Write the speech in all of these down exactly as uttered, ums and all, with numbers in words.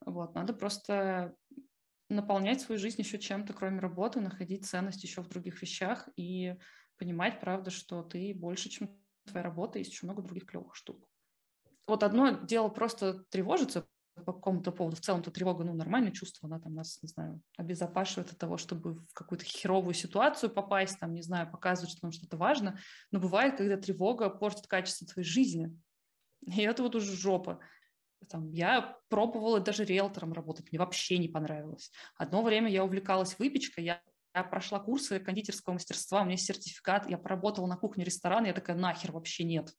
Вот, надо просто наполнять свою жизнь еще чем-то, кроме работы, находить ценность еще в других вещах и понимать, правда, что ты больше, чем твоя работа, есть еще много других клевых штук. Вот одно дело просто тревожиться по какому-то поводу. В целом-то тревога, ну, нормальное чувство, она там нас, не знаю, обезопашивает от того, чтобы в какую-то херовую ситуацию попасть, там, не знаю, показывать, что нам что-то важно. Но бывает, когда тревога портит качество твоей жизни. И это вот уже жопа. Там, я пробовала даже риэлтором работать, мне вообще не понравилось. Одно время я увлекалась выпечкой, я, я прошла курсы кондитерского мастерства, у меня есть сертификат, я поработала на кухне ресторана, я такая, нахер, вообще нет.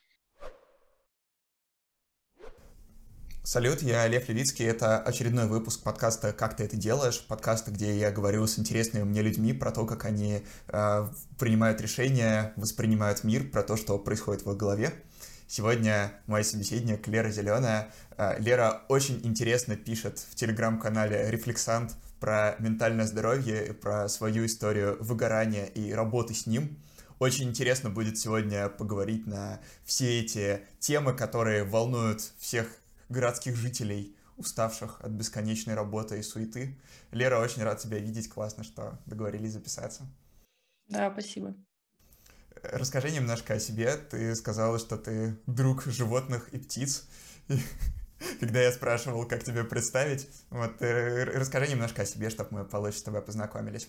Салют, я Лев Левицкий, это очередной выпуск подкаста «Как ты это делаешь?», подкаста, где я говорю с интересными мне людьми про то, как они э, принимают решения, воспринимают мир, про то, что происходит в их голове. Сегодня мой собеседник Лера Зеленая. Э, Лера очень интересно пишет в телеграм-канале «Рефлексант» про ментальное здоровье, про свою историю выгорания и работы с ним. Очень интересно будет сегодня поговорить на все эти темы, которые волнуют всех городских жителей, уставших от бесконечной работы и суеты. Лера, очень рад тебя видеть, классно, что договорились записаться. Да, спасибо. Расскажи немножко о себе. Ты сказала, что ты друг животных и птиц. И когда я спрашивал, как тебя представить, вот, расскажи немножко о себе, чтобы мы получше с тобой познакомились.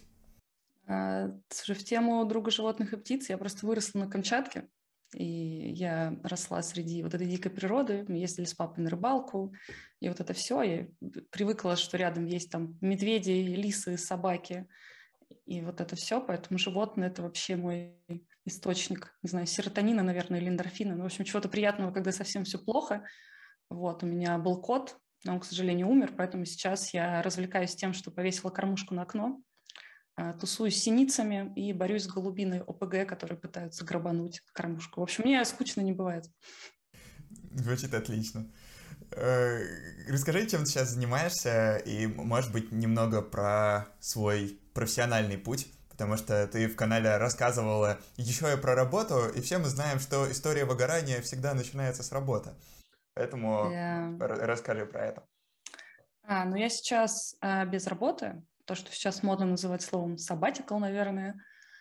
А, слушай, в тему друга животных и птиц я просто выросла на Камчатке, и я росла среди вот этой дикой природы, мы ездили с папой на рыбалку, и вот это все, я привыкла, что рядом есть там медведи, лисы, собаки, и вот это все, поэтому животные – это вообще мой источник, не знаю, серотонина, наверное, или эндорфина, ну, в общем, чего-то приятного, когда совсем все плохо. Вот, у меня был кот, но он, к сожалению, умер, поэтому сейчас я развлекаюсь тем, что повесила кормушку на окно, тусуюсь с синицами и борюсь с голубиной ОПГ, которые пытаются грабануть кормушку. В общем, мне скучно не бывает. Звучит отлично. Расскажи, чем ты сейчас занимаешься, и, может быть, немного про свой профессиональный путь, потому что ты в канале рассказывала еще и про работу, и все мы знаем, что история выгорания всегда начинается с работы. Поэтому Я... расскажи про это. А, ну я сейчас а, без работы, то, что сейчас модно называть словом sabbatical, наверное.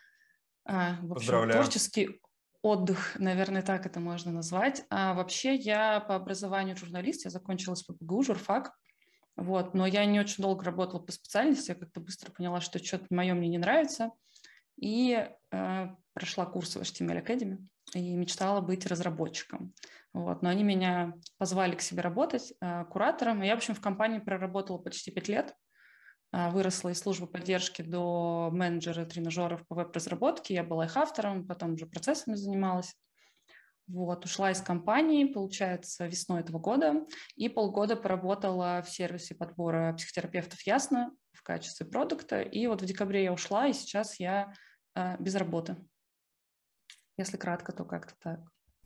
А, в общем, Поздравляю. творческий отдых, наверное, так это можно назвать. А вообще я по образованию журналист, я закончила СПбГУ, журфак. Вот, но я не очень долго работала по специальности, я как-то быстро поняла, что что-то мое мне не нравится, и э, прошла курсы в эйч ти эм эль Academy и мечтала быть разработчиком. Вот, но они меня позвали к себе работать э, куратором, и я, в общем, в компании проработала почти пять лет, э, выросла из службы поддержки до менеджера тренажеров по веб-разработке, я была их автором, потом уже процессами занималась. Вот, ушла из компании, получается, весной этого года, и полгода поработала в сервисе подбора психотерапевтов «Ясно» в качестве продукта, и вот в декабре я ушла, и сейчас я э, без работы. Если кратко, то как-то так.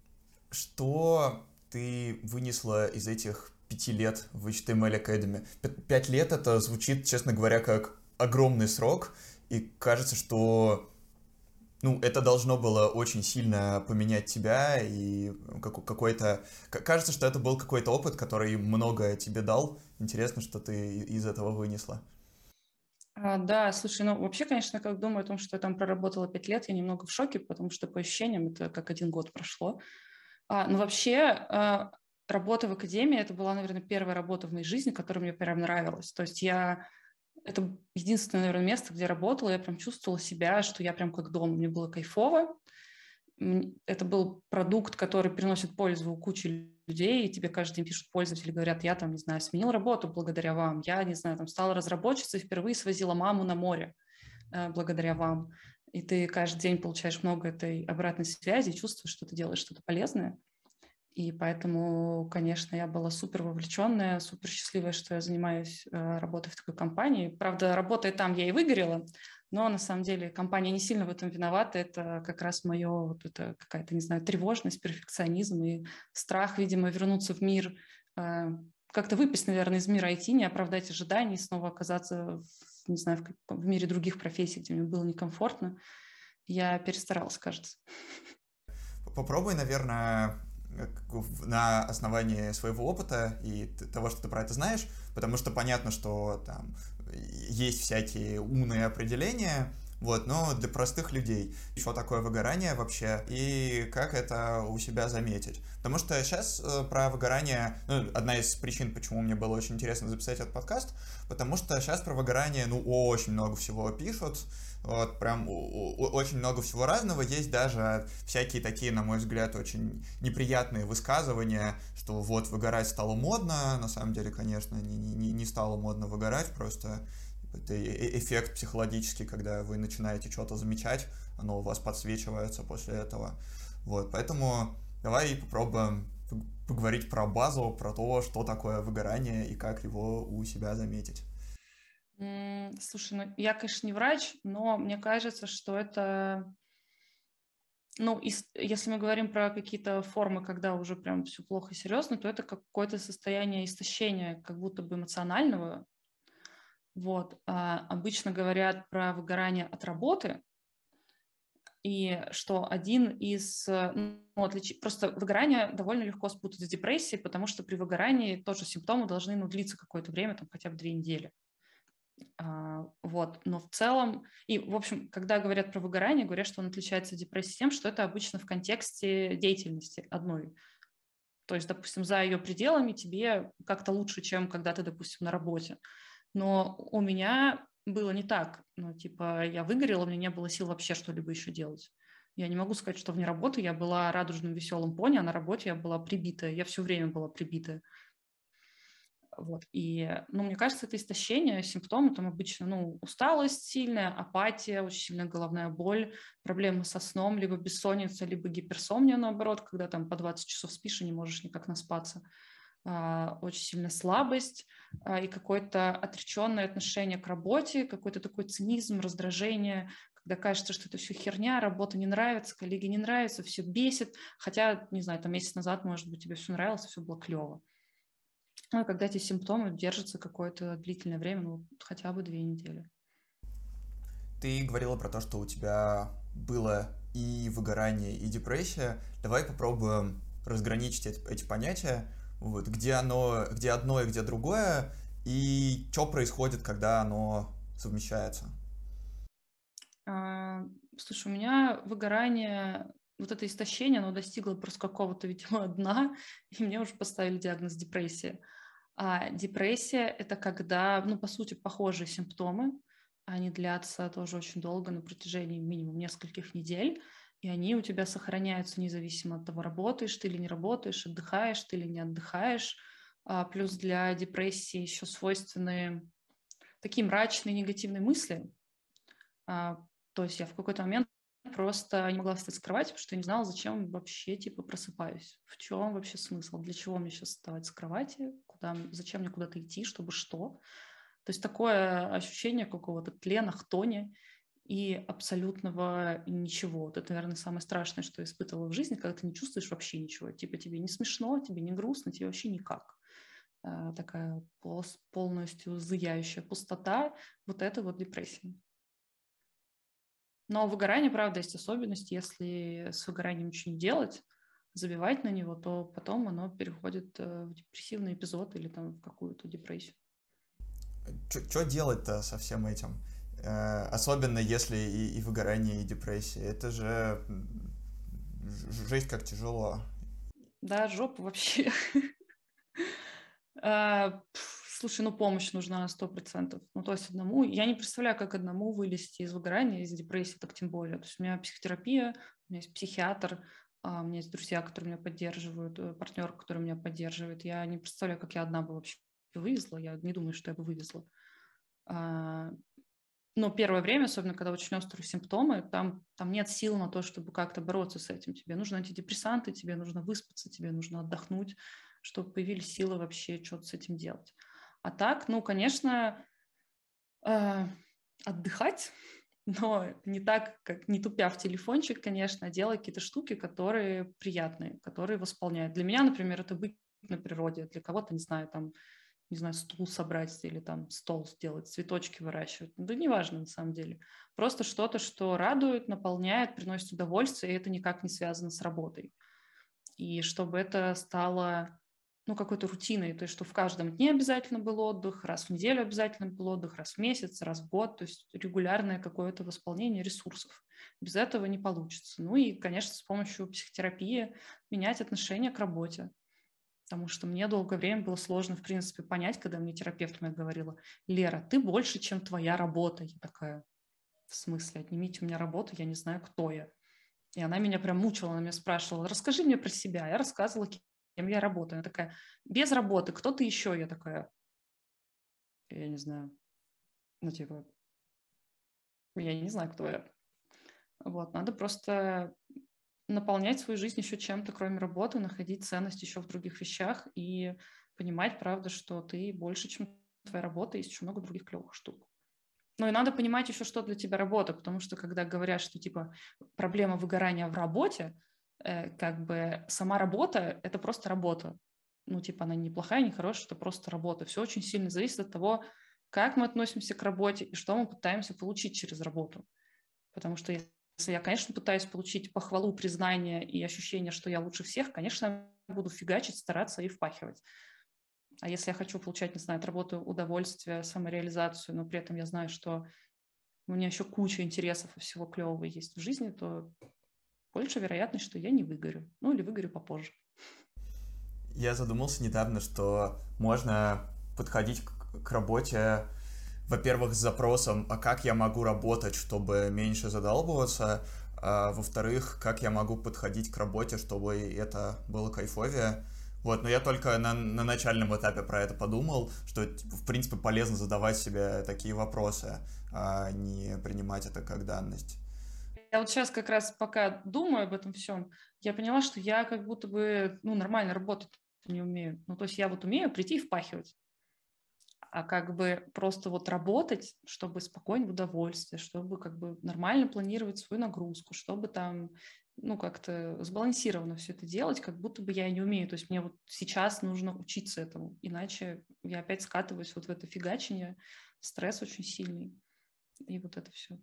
Что ты вынесла из этих пяти лет в эйч ти эм эль Academy? Пять лет — это звучит, честно говоря, как огромный срок, и кажется, что ну, это должно было очень сильно поменять тебя, и какой-то... Кажется, что это был какой-то опыт, который многое тебе дал. Интересно, что ты из этого вынесла. А, да, слушай, ну вообще, конечно, как думаю о том, что я там проработала пять лет, я немного в шоке, потому что по ощущениям это как один год прошло. А, но вообще а, работа в академии, это была, наверное, первая работа в моей жизни, которая мне прям нравилась. То есть я это единственное, наверное, место, где я работала, я прям чувствовала себя, что я прям как дома. Мне было кайфово. Это был продукт, который приносит пользу куче людей, и тебе каждый день пишут пользователи, говорят, я там, не знаю, сменил работу благодаря вам, я, не знаю, там стала разработчицей, впервые свозила маму на море э, благодаря вам. И ты каждый день получаешь много этой обратной связи, чувствуешь, что ты делаешь что-то полезное. И поэтому, конечно, я была супер вовлеченная, супер счастливая, что я занимаюсь э, работой в такой компании. Правда, работая там, я и выгорела, но на самом деле компания не сильно в этом виновата. Это как раз мое, вот это какая-то, не знаю, тревожность, перфекционизм и страх, видимо, вернуться в мир, э, как-то выпасть, наверное, из мира ай ти, не оправдать ожиданий, снова оказаться, в, не знаю, в, в мире других профессий, где мне было некомфортно. Я перестаралась, кажется. Попробуй, наверное, на основании своего опыта и того, что ты про это знаешь, потому что понятно, что там есть всякие умные определения, вот, но для простых людей, что такое выгорание вообще и как это у себя заметить. Потому что сейчас э, про выгорание, ну, одна из причин, почему мне было очень интересно записать этот подкаст, потому что сейчас про выгорание, ну, очень много всего пишут, вот, прям очень много всего разного. Есть даже всякие такие, на мой взгляд, очень неприятные высказывания, что вот выгорать стало модно. На самом деле, конечно, не, не, не стало модно выгорать, просто это эффект психологический, когда вы начинаете что-то замечать, оно у вас подсвечивается после этого. Вот, поэтому давай попробуем поговорить про базу, про то, что такое выгорание и как его у себя заметить. Слушай, ну я, конечно, не врач, но мне кажется, что это, ну, если мы говорим про какие-то формы, когда уже прям все плохо и серьезно, то это какое-то состояние истощения, как будто бы эмоционального. Вот. А обычно говорят про выгорание от работы, и что один из, ну, отлич... просто выгорание довольно легко спутать с депрессией, потому что при выгорании тоже симптомы должны, ну, длиться какое-то время, там хотя бы две недели. А, вот, но в целом, и, в общем, когда говорят про выгорание, говорят, что он отличается от депрессии тем, что это обычно в контексте деятельности одной. То есть, допустим, за ее пределами тебе как-то лучше, чем когда ты, допустим, на работе. Но у меня было не так. Ну, типа, я выгорела, у меня не было сил вообще что-либо еще делать. Я не могу сказать, что вне работы я была радужным, веселым пони, а на работе я была прибитая. Я все время была прибитая. Вот. И, ну, мне кажется, это истощение, симптомы там обычно, ну, усталость сильная, апатия, очень сильная головная боль, проблемы со сном, либо бессонница, либо гиперсомния, наоборот, когда там по двадцать часов спишь и не можешь никак наспаться. А, очень сильная слабость а, и какое-то отреченное отношение к работе, какой-то такой цинизм, раздражение, когда кажется, что это все херня, работа не нравится, коллеги не нравятся, все бесит, хотя, не знаю, там месяц назад, может быть, тебе все нравилось, все было клево. Ну, когда эти симптомы держатся какое-то длительное время, ну, хотя бы две недели. Ты говорила про то, что у тебя было и выгорание, и депрессия. Давай попробуем разграничить эти, эти понятия. Вот, где оно, где одно и где другое, и что происходит, когда оно совмещается. А, слушай, у меня выгорание, вот это истощение, оно достигло просто какого-то, видимо, дна, и мне уже поставили диагноз депрессия. А депрессия – это когда, ну, по сути, похожие симптомы, они длятся тоже очень долго, на протяжении минимум нескольких недель, и они у тебя сохраняются независимо от того, работаешь ты или не работаешь, отдыхаешь ты или не отдыхаешь. А плюс для депрессии еще свойственны такие мрачные негативные мысли. А, то есть я в какой-то момент просто не могла встать с кровати, потому что я не знала, зачем вообще, типа, просыпаюсь. В чем вообще смысл? Для чего мне сейчас вставать с кровати? Куда, зачем мне куда-то идти, чтобы что? То есть такое ощущение какого-то тлена, хтони и абсолютного ничего. Вот это, наверное, самое страшное, что я испытывала в жизни, когда ты не чувствуешь вообще ничего. Типа тебе не смешно, тебе не грустно, тебе вообще никак. А, такая полностью зияющая пустота. Вот это вот депрессия. Но выгорание, правда, есть особенность. Если с выгоранием ничего не делать, забивать на него, то потом оно переходит в депрессивный эпизод или там в какую-то депрессию. Что делать-то со всем этим? Особенно если и, и выгорание, и депрессия. Это же жесть как тяжело. Да, жопа вообще. Слушай, ну помощь нужна сто процентов. Ну то есть одному... Я не представляю, как одному вылезти из выгорания, из депрессии, так тем более. То есть у меня психотерапия, у меня есть психиатр, у меня есть друзья, которые меня поддерживают, партнер, который меня поддерживает. Я не представляю, как я одна бы вообще вывезла. Я не думаю, что я бы вывезла. Но первое время, особенно когда очень острые симптомы, там, там нет сил на то, чтобы как-то бороться с этим. Тебе нужны антидепрессанты, тебе нужно выспаться, тебе нужно отдохнуть, чтобы появились силы вообще что-то с этим делать. А так, ну, конечно, э, отдыхать, но не так, как не тупя в телефончик, конечно, а делать какие-то штуки, которые приятные, которые восполняют. Для меня, например, это быть на природе, для кого-то, не знаю, там, не знаю, стул собрать или там стол сделать, цветочки выращивать. Да неважно на самом деле. Просто что-то, что радует, наполняет, приносит удовольствие, и это никак не связано с работой. и чтобы это стало, ну, какой-то рутиной, то есть что в каждом дне обязательно был отдых, раз в неделю обязательно был отдых, раз в месяц, раз в год, то есть регулярное какое-то восполнение ресурсов. Без этого не получится. Ну и, конечно, с помощью психотерапии менять отношение к работе. Потому что мне долгое время было сложно, в принципе, понять, когда мне терапевт моя говорила: Лера, ты больше, чем твоя работа. Я такая: в смысле? Отнимите у меня работу, я не знаю, кто я. И она меня прям мучила, она меня спрашивала: расскажи мне про себя. Я рассказывала, кем я работаю. Она такая: без работы, кто ты еще? Я такая: я не знаю. Ну, типа, я не знаю, кто я. Вот, надо просто наполнять свою жизнь еще чем-то, кроме работы, находить ценность еще в других вещах и понимать, правда, что ты больше, чем твоя работа, есть еще много других клевых штук. Ну и надо понимать еще, что для тебя работа, потому что когда говорят, что типа проблема выгорания в работе, э, как бы сама работа — это просто работа. Ну типа она не плохая, не хорошая, это просто работа. Все очень сильно зависит от того, как мы относимся к работе и что мы пытаемся получить через работу. Потому что если я, конечно, пытаюсь получить похвалу, признание и ощущение, что я лучше всех, конечно, я буду фигачить, стараться и впахивать. А если я хочу получать, не знаю, от работы удовольствие, самореализацию, но при этом я знаю, что у меня еще куча интересов и всего клевого есть в жизни, то больше вероятность, что я не выгорю. Ну или выгорю попозже. Я задумался недавно, что можно подходить к, к работе, во-первых, с запросом, а как я могу работать, чтобы меньше задалбываться, а во-вторых, как я могу подходить к работе, чтобы это было кайфовее. Вот, но я только на, на начальном этапе про это подумал, что, в принципе, полезно задавать себе такие вопросы, а не принимать это как данность. Я вот сейчас как раз пока думаю об этом всем, я поняла, что я как будто бы ну, нормально работать не умею. Ну, то есть я вот умею прийти и впахивать, а как бы просто вот работать, чтобы спокойно, в удовольствие, чтобы как бы нормально планировать свою нагрузку, чтобы там, ну, как-то сбалансированно все это делать, как будто бы я и не умею. То есть мне вот сейчас нужно учиться этому, иначе я опять скатываюсь вот в это фигачение, стресс очень сильный, и вот это все.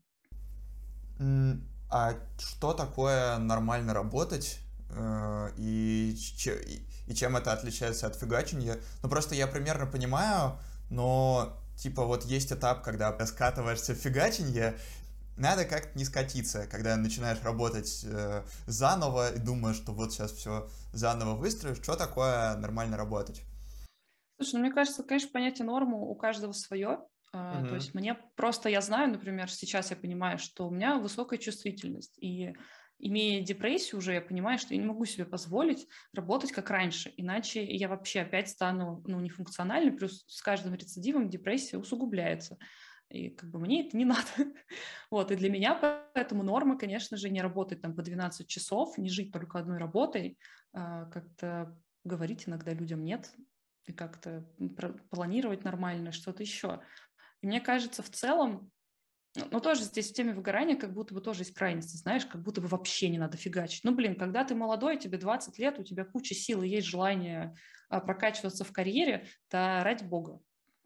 А что такое нормально работать? э, И, че- и, и чем это отличается от фигачения? Ну, просто я примерно понимаю, но, типа, вот есть этап, когда скатываешься в фигаченье, надо как-то не скатиться, когда начинаешь работать э, заново и думаешь, что вот сейчас все заново выстроишь. Что такое нормально работать? Слушай, ну мне кажется, конечно, понятие нормы у каждого свое. А, То Мгм. есть мне просто, я знаю, например, сейчас я понимаю, что у меня высокая чувствительность, и имея депрессию уже, я понимаю, что я не могу себе позволить работать как раньше, иначе я вообще опять стану, ну, нефункциональной, плюс с каждым рецидивом депрессия усугубляется. И как бы мне это не надо. Вот, и для меня поэтому норма, конечно же, не работать там по двенадцать часов, не жить только одной работой, а, как-то говорить иногда людям нет, и как-то планировать нормально, что-то еще. И мне кажется, в целом, ну, ну, тоже здесь в теме выгорания как будто бы тоже есть крайности, знаешь, как будто бы вообще не надо фигачить. Ну, блин, когда ты молодой, тебе двадцать лет, у тебя куча сил и есть желание а, прокачиваться в карьере, то ради бога.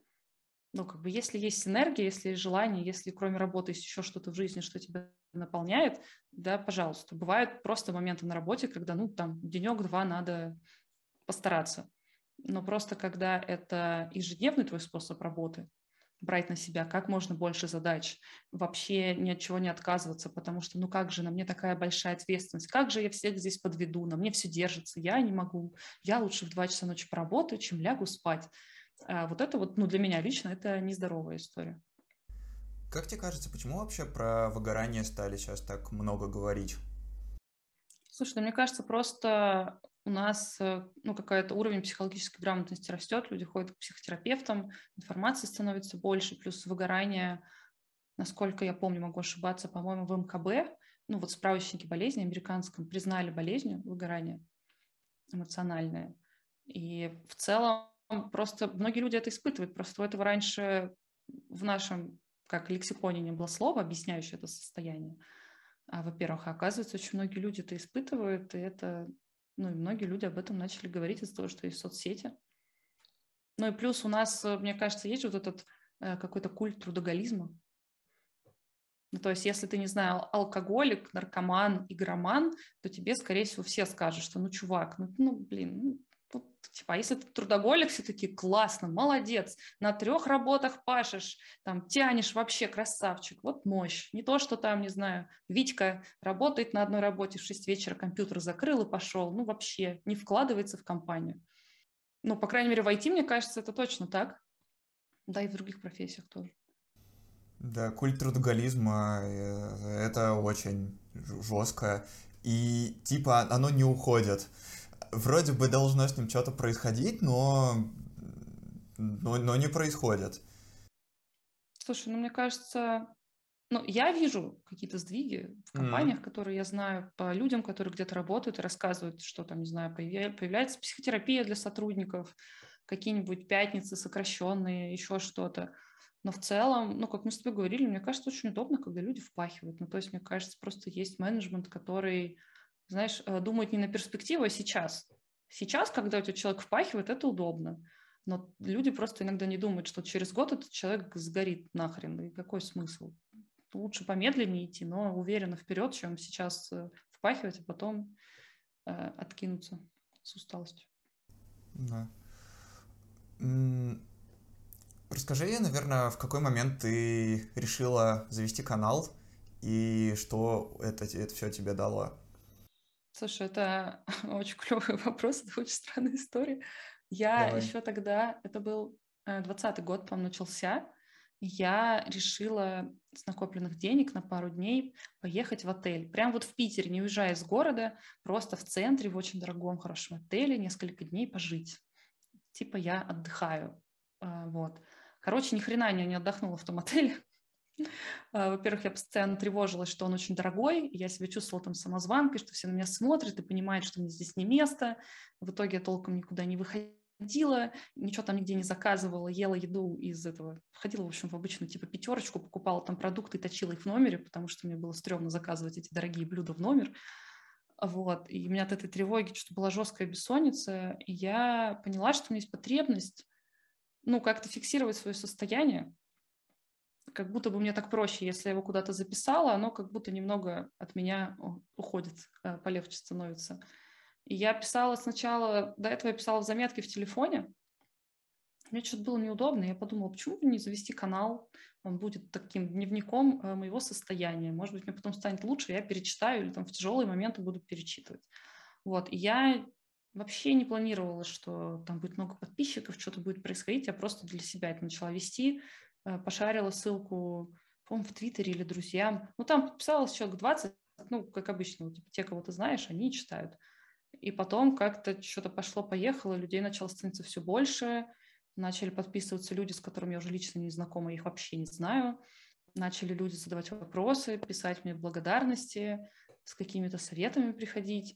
Ну, как бы, если есть энергия, если есть желание, если кроме работы есть еще что-то в жизни, что тебя наполняет, да, пожалуйста. Бывают просто моменты на работе, когда, ну, там, денек-два надо постараться. Но просто когда это ежедневный твой способ работы, брать на себя как можно больше задач, вообще ни от чего не отказываться, потому что, ну как же, на мне такая большая ответственность, как же я всех здесь подведу, на мне все держится, я не могу, я лучше в два часа ночи поработаю, чем лягу спать. А вот это вот, ну для меня лично, это нездоровая история. Как тебе кажется, почему вообще про выгорание стали сейчас так много говорить? Слушай, ну, мне кажется, просто у нас э, ну, какой-то уровень психологической грамотности растет, люди ходят к психотерапевтам, информации становится больше, плюс выгорание, насколько я помню, могу ошибаться, по-моему, в эм ка бэ, ну вот справочники болезни американском признали болезнью выгорание эмоциональное. И в целом просто многие люди это испытывают, просто у этого раньше в нашем как лексиконе не было слова, объясняющее это состояние. А, во-первых, а оказывается, очень многие люди это испытывают, и это, ну, и многие люди об этом начали говорить из-за того, что есть соцсети. Ну и плюс у нас, э, мне кажется, есть вот этот э, какой-то культ трудоголизма. Ну, то есть, если ты, не знаю, алкоголик, наркоман, игроман, то тебе, скорее всего, все скажут, что, ну, чувак, ну, ну блин, ну, вот, типа, а если ты трудоголик, все таки классно, молодец, на трех работах пашешь, там, тянешь, вообще красавчик, вот мощь. Не то, что там, не знаю, Витька работает на одной работе, в шесть вечера компьютер закрыл и пошел, ну, вообще не вкладывается в компанию. Ну, по крайней мере, в ай ти, мне кажется, это точно так. Да, и в других профессиях тоже. Да, культ трудоголизма э, это очень жестко. И типа оно не уходит. Вроде бы должно с ним что-то происходить, но, но, но не происходит. Слушай, ну, мне кажется, ну, я вижу какие-то сдвиги в М, компаниях, которые я знаю, по людям, которые где-то работают и рассказывают, что там, не знаю, появя- появляется психотерапия для сотрудников, какие-нибудь пятницы сокращенные, еще что-то. Но в целом, ну, как мы с тобой говорили, мне кажется, очень удобно, когда люди впахивают. Ну, то есть, мне кажется, просто есть менеджмент, который, знаешь, э, думает не на перспективу, а сейчас. Сейчас, когда у тебя человек впахивает, это удобно. Но люди просто иногда не думают, что через год этот человек сгорит нахрен. И какой смысл? Лучше помедленнее идти, но уверенно вперед, чем сейчас э, впахивать, а потом э, откинуться с усталостью. да. М, Расскажи, наверное, в какой момент ты решила завести канал и что это, это все тебе дало? Слушай, это очень клевый вопрос, это очень странная история. Я Давай. еще тогда, это был э, двадцатый год, по-моему, начался, я решила с накопленных денег на пару дней поехать в отель. Прям вот в Питере, не уезжая из города, просто в центре, в очень дорогом, хорошем отеле, несколько дней пожить. Типа я отдыхаю. А, Вот. Короче, ни хрена я не отдохнула в том отеле. А, Во-первых, я постоянно тревожилась, что он очень дорогой, и я себя чувствовала там самозванкой, что все на меня смотрят и понимают, что мне здесь не место. В итоге я толком никуда не выходила, ничего там нигде не заказывала, ела еду из этого. Ходила, в общем, в обычную типа пятерочку, покупала там продукты и точила их в номере, потому что мне было стрёмно заказывать эти дорогие блюда в номер. Вот. И у меня от этой тревоги что-то была жесткая бессонница, и я поняла, что у меня есть потребность, ну, как-то фиксировать свое состояние, как будто бы мне так проще, если я его куда-то записала, оно как будто немного от меня уходит, э, полегче становится. И я писала сначала, до этого я писала в заметки в телефоне, мне что-то было неудобно, я подумала, почему бы не завести канал, он будет таким дневником э, моего состояния, может быть, мне потом станет лучше, я перечитаю или там в тяжелые моменты буду перечитывать. Вот, и я вообще не планировала, что там будет много подписчиков, что-то будет происходить, я просто для себя это начала вести, э, пошарила ссылку, по-моему, в Твиттере или друзьям. Ну, там подписалось человек двадцать, ну, как обычно, вот, типа, те, кого ты знаешь, они читают. И потом как-то что-то пошло-поехало, людей начало становиться все больше, начали подписываться люди, с которыми я уже лично не знакома, я их вообще не знаю. Начали люди задавать вопросы, писать мне благодарности, с какими-то советами приходить.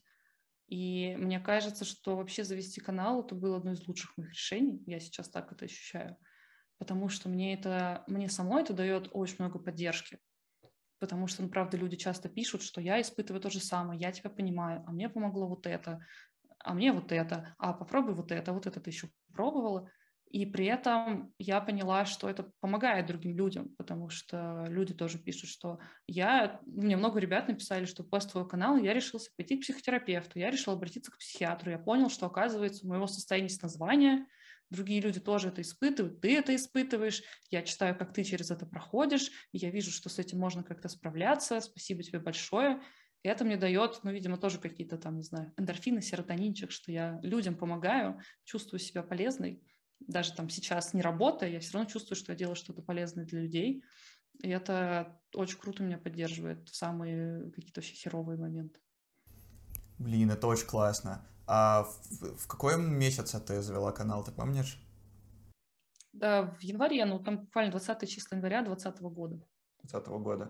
И мне кажется, что вообще завести канал это было одно из лучших моих решений. Я сейчас так это ощущаю. Потому что мне это, мне самой это дает очень много поддержки. Потому что, ну, правда, люди часто пишут, что я испытываю то же самое, я тебя понимаю, а мне помогло вот это, а мне вот это, а попробуй вот это, вот это ты еще пробовала. И при этом я поняла, что это помогает другим людям, потому что люди тоже пишут, что я... Мне много ребят написали, что после твоего канала я решился пойти к психотерапевту, я решил обратиться к психиатру, я понял, что, оказывается, у моего состояния есть название, другие люди тоже это испытывают, ты это испытываешь, я читаю, как ты через это проходишь, и я вижу, что с этим можно как-то справляться, спасибо тебе большое. И это мне дает, ну, видимо, тоже какие-то там, не знаю, эндорфины, серотонинчик, что я людям помогаю, чувствую себя полезной. Даже там сейчас не работая, я все равно чувствую, что я делаю что-то полезное для людей. И это очень круто меня поддерживает в самые какие-то вообще херовые моменты. Блин, это очень классно. А в, в какой месяц ты завела канал, ты помнишь? Да, в январе, ну, там буквально двадцатое число января двадцатого года. Двадцатого года.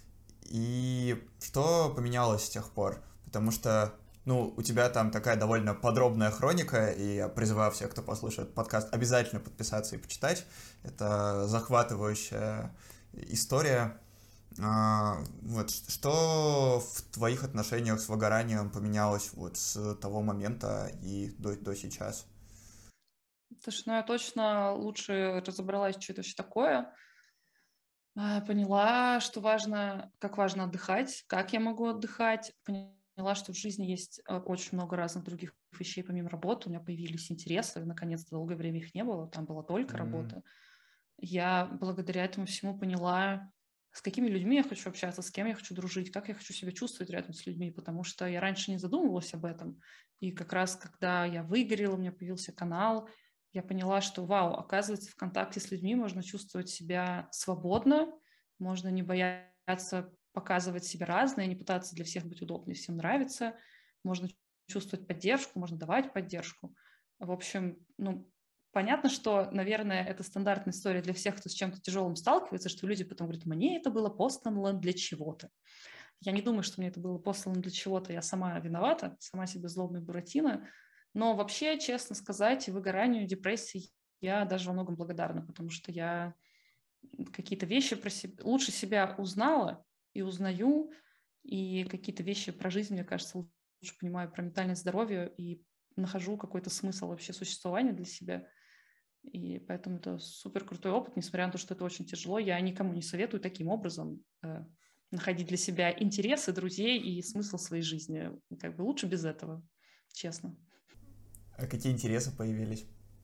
И что поменялось с тех пор? Потому что, ну, у тебя там такая довольно подробная хроника, и я призываю всех, кто послушает подкаст, обязательно подписаться и почитать. Это захватывающая история. А, вот, что в твоих отношениях с выгоранием поменялось вот с того момента и до, до сейчас? Слушай, ну я точно лучше разобралась, что это вообще такое. А, Поняла, что важно, как важно отдыхать, как я могу отдыхать. Поняла, что в жизни есть э, очень много разных других вещей помимо работы. У меня появились интересы, наконец-то долгое время их не было, там была только М, работа. Я благодаря этому всему поняла, с какими людьми я хочу общаться, с кем я хочу дружить, как я хочу себя чувствовать рядом с людьми, потому что я раньше не задумывалась об этом. И как раз, когда я выгорела, у меня появился канал, я поняла, что, вау, оказывается, в контакте с людьми можно чувствовать себя свободно, можно не бояться показывать себя разное, не пытаться для всех быть удобной, всем нравится, можно чувствовать поддержку, можно давать поддержку. В общем, ну, понятно, что, наверное, это стандартная история для всех, кто с чем-то тяжелым сталкивается, что люди потом говорят, мне это было послано для чего-то. Я не думаю, что мне это было послано для чего-то, я сама виновата, сама себе злобная Буратино. Но вообще, честно сказать, выгоранию, депрессии я даже во многом благодарна, потому что я какие-то вещи про себя, лучше себя узнала и узнаю, и какие-то вещи про жизнь, мне кажется, лучше понимаю про ментальное здоровье и нахожу какой-то смысл вообще существования для себя. И поэтому это супер крутой опыт, несмотря на то, что это очень тяжело. Я никому не советую таким образом э, находить для себя интересы, друзей и смысл своей жизни. Как бы лучше без этого, честно. А какие интересы появились?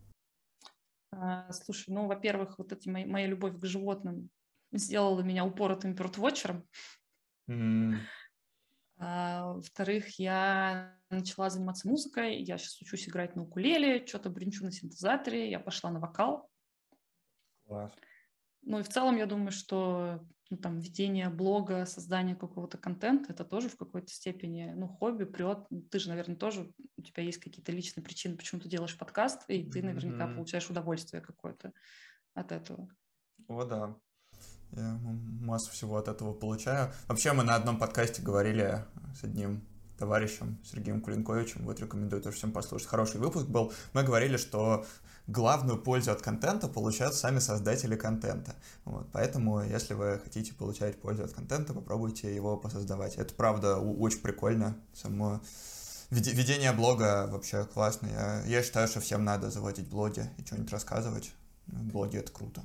А, слушай, ну, во-первых, вот эти мои, моя любовь к животным сделала меня упоротым бёрдвотчером. М, А, во-вторых, я начала заниматься музыкой. Я сейчас учусь играть на укулеле, что-то бренчу на синтезаторе. Я пошла на вокал. Класс. Ну и в целом я думаю, что ну, там, ведение блога, создание какого-то контента, это тоже в какой-то степени, ну, хобби, прет. Ты же, наверное, тоже, у тебя есть какие-то личные причины, почему ты делаешь подкаст, и ты наверняка Мгм. получаешь удовольствие какое-то от этого. О, да. Я м- массу всего от этого получаю. Вообще, мы на одном подкасте говорили с одним товарищем Сергеем Кулинковичем, вот рекомендую тоже всем послушать. Хороший выпуск был. Мы говорили, что главную пользу от контента получают сами создатели контента. Вот, поэтому, если вы хотите получать пользу от контента, попробуйте его посоздавать. Это, правда, у- очень прикольно. Само веде- ведение блога вообще классно. Я, я считаю, что всем надо заводить блоги и что-нибудь рассказывать. Блоги — это круто.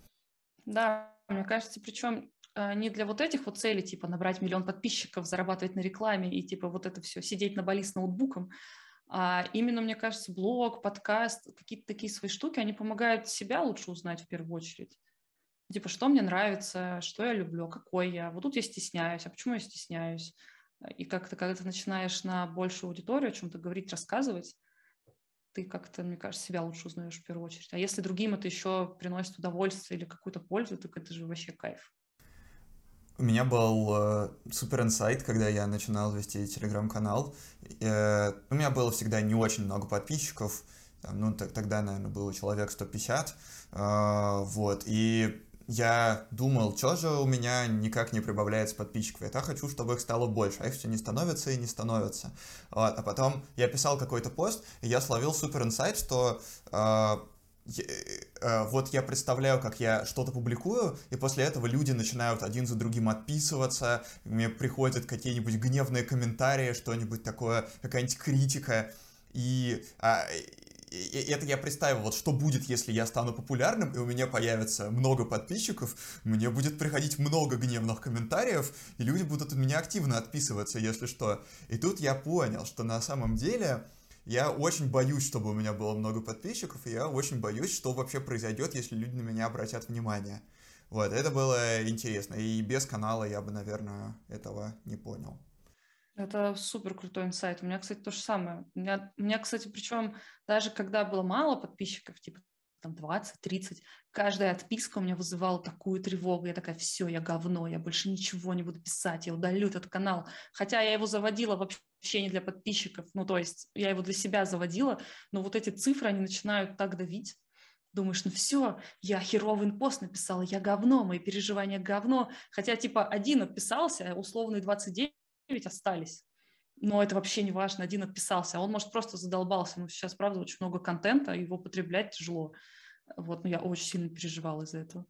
Да, мне кажется, причем э, не для вот этих вот целей, типа набрать миллион подписчиков, зарабатывать на рекламе и типа вот это все, сидеть на Бали с ноутбуком, а именно, мне кажется, блог, подкаст, какие-то такие свои штуки, они помогают себя лучше узнать в первую очередь. Типа, что мне нравится, что я люблю, какой я. Вот тут я стесняюсь, а почему я стесняюсь? И как-то, когда ты начинаешь на большую аудиторию о чем-то говорить, рассказывать, ты как-то, мне кажется, себя лучше узнаешь в первую очередь. А если другим это еще приносит удовольствие или какую-то пользу, так это же вообще кайф. У меня был э, супер инсайт, когда я начинал вести телеграм-канал. Э, у меня было всегда не очень много подписчиков, там, ну, т- тогда, наверное, было человек сто пятьдесят, э, вот, и я думал, что же у меня никак не прибавляется подписчиков. Я так хочу, чтобы их стало больше, а их все не становится и не становится. Вот, а потом я писал какой-то пост, и я словил супер инсайт, что э, я- э, вот я представляю, как я что-то публикую, и после этого люди начинают один за другим отписываться, мне приходят какие-нибудь гневные комментарии, что-нибудь такое, какая-нибудь критика, и, а, и- и это я представил, вот что будет, если я стану популярным, и у меня появится много подписчиков, мне будет приходить много гневных комментариев, и люди будут от меня активно отписываться, если что. И тут я понял, что на самом деле я очень боюсь, чтобы у меня было много подписчиков, и я очень боюсь, что вообще произойдет, если люди на меня обратят внимание. Вот, это было интересно. И без канала я бы, наверное, этого не понял. Это супер крутой инсайт. У меня, кстати, то же самое. У меня, у меня, кстати, причем даже когда было мало подписчиков, типа там двадцать-тридцать, каждая отписка у меня вызывала такую тревогу. Я такая, все, я говно, я больше ничего не буду писать, я удалю этот канал. Хотя я его заводила вообще не для подписчиков, ну, то есть я его для себя заводила, но вот эти цифры, они начинают так давить. Думаешь, ну все, я херовый пост написала, я говно, мои переживания говно. Хотя типа один отписался, а условные двадцать девять остались. Но это вообще не важно, один отписался. А он, может, просто задолбался. Ну, сейчас, правда, очень много контента, его потреблять тяжело. Вот, но я очень сильно переживала из-за этого.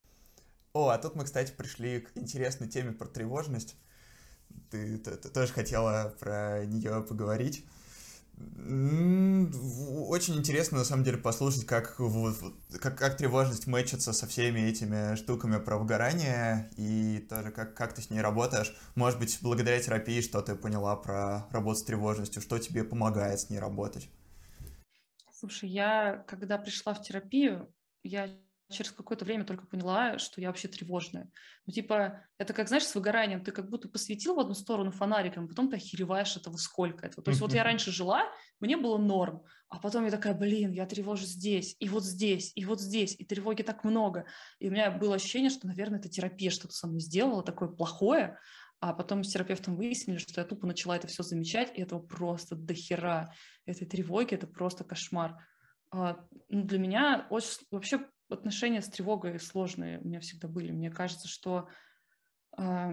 О, а тут мы, кстати, пришли к интересной теме про тревожность. Ты, т- т- тоже хотела про нее поговорить. М, Очень интересно, на самом деле, послушать, как, вот- вот- как, как тревожность мэчится со всеми этими штуками про выгорание и тоже как, как ты с ней работаешь. Может быть, благодаря терапии что ты поняла про работу с тревожностью, что тебе помогает с ней работать. Слушай, я когда пришла в терапию, я через какое-то время только поняла, что я вообще тревожная. Ну, типа, это как, знаешь, с выгоранием. Ты как будто посветил в одну сторону фонариком, а потом ты охереваешь этого, сколько этого. То есть вот я раньше жила, мне было норм, а потом я такая, блин, я тревожусь здесь, и вот здесь, и вот здесь, и тревоги так много. И у меня было ощущение, что, наверное, это терапия что-то со мной сделала, такое плохое, а потом с терапевтом выяснили, что я тупо начала это все замечать, и этого просто дохера. Этой тревоги, это просто кошмар. А, ну, для меня очень вообще отношения с тревогой сложные у меня всегда были. Мне кажется, что а,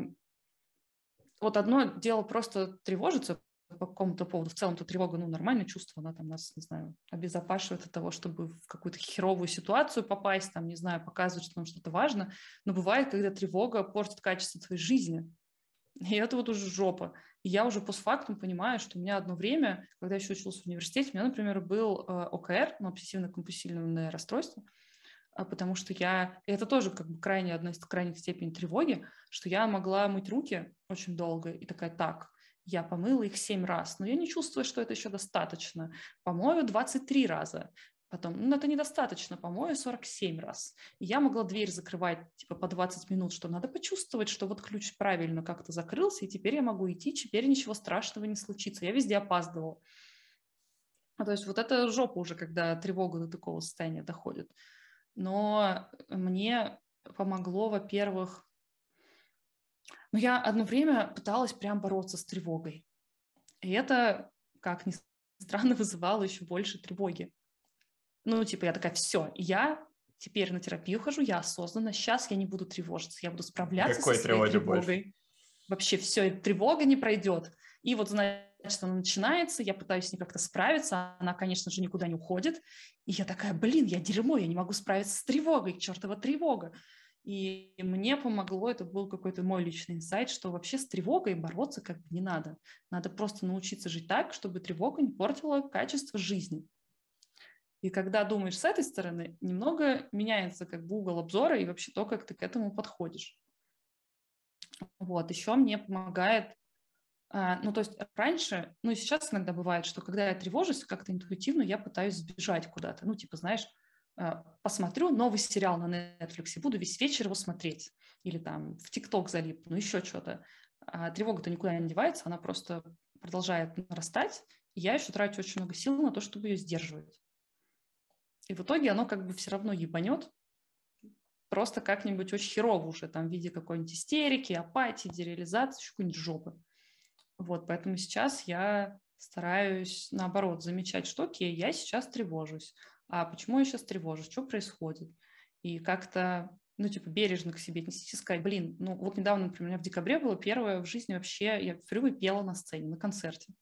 вот одно дело просто тревожиться по какому-то поводу. В целом-то тревога, ну, нормальное чувство, она там нас, не знаю, обезопашивает от того, чтобы в какую-то херовую ситуацию попасть, там, не знаю, показывать, что нам что-то важно. Но бывает, когда тревога портит качество твоей жизни. И это вот уже жопа. И я уже постфактум понимаю, что у меня одно время, когда я еще училась в университете, у меня, например, был э, о ка эр, ну, обсессивно-компульсивное расстройство, а, потому что я... и это тоже как бы крайне, одна из крайних степеней тревоги, что я могла мыть руки очень долго и такая, так, я помыла их семь раз, но я не чувствую, что это еще достаточно. Помою двадцать три раза. Потом, ну, это недостаточно, помою сорок семь раз. И я могла дверь закрывать типа по двадцать минут, что надо почувствовать, что вот ключ правильно как-то закрылся, и теперь я могу идти, теперь ничего страшного не случится. Я везде опаздывала. А, то есть вот это жопа уже, когда тревога до такого состояния доходит. Но мне помогло, во-первых, ну, я одно время пыталась прям бороться с тревогой. И это, как ни странно, вызывало еще больше тревоги. Ну, типа, я такая, все, я теперь на терапию хожу, я осознанно, сейчас я не буду тревожиться, я буду справляться со Какой своей тревоги больше? тревогой. Вообще все, тревога не пройдет. И вот, значит, она начинается, я пытаюсь с ней как-то справиться, она, конечно же, никуда не уходит. И я такая, блин, я дерьмо, я не могу справиться с тревогой, чертова тревога. И мне помогло, это был какой-то мой личный инсайт, что вообще с тревогой бороться как бы не надо. Надо просто научиться жить так, чтобы тревога не портила качество жизни. И когда думаешь с этой стороны, немного меняется как бы угол обзора и вообще то, как ты к этому подходишь. Вот, еще мне помогает, а, ну, то есть раньше, ну, и сейчас иногда бывает, что когда я тревожусь, как-то интуитивно я пытаюсь сбежать куда-то. Ну, типа, знаешь, а, посмотрю новый сериал на Netflix и буду весь вечер его смотреть. Или там в ТикТок залипну, еще что-то. А тревога-то никуда не девается, она просто продолжает нарастать, и я еще трачу очень много сил на то, чтобы ее сдерживать. И в итоге оно как бы все равно ебанет, просто как-нибудь очень херово уже, там, в виде какой-нибудь истерики, апатии, дереализации, еще какой-нибудь жопы. Вот, поэтому сейчас я стараюсь, наоборот, замечать, что окей, я сейчас тревожусь. А почему я сейчас тревожусь? Что происходит? И как-то, ну, типа, бережно к себе отнестись и сказать, блин, ну, вот недавно, например, у меня в декабре было первое в жизни вообще, я впервые пела на сцене, на концерте.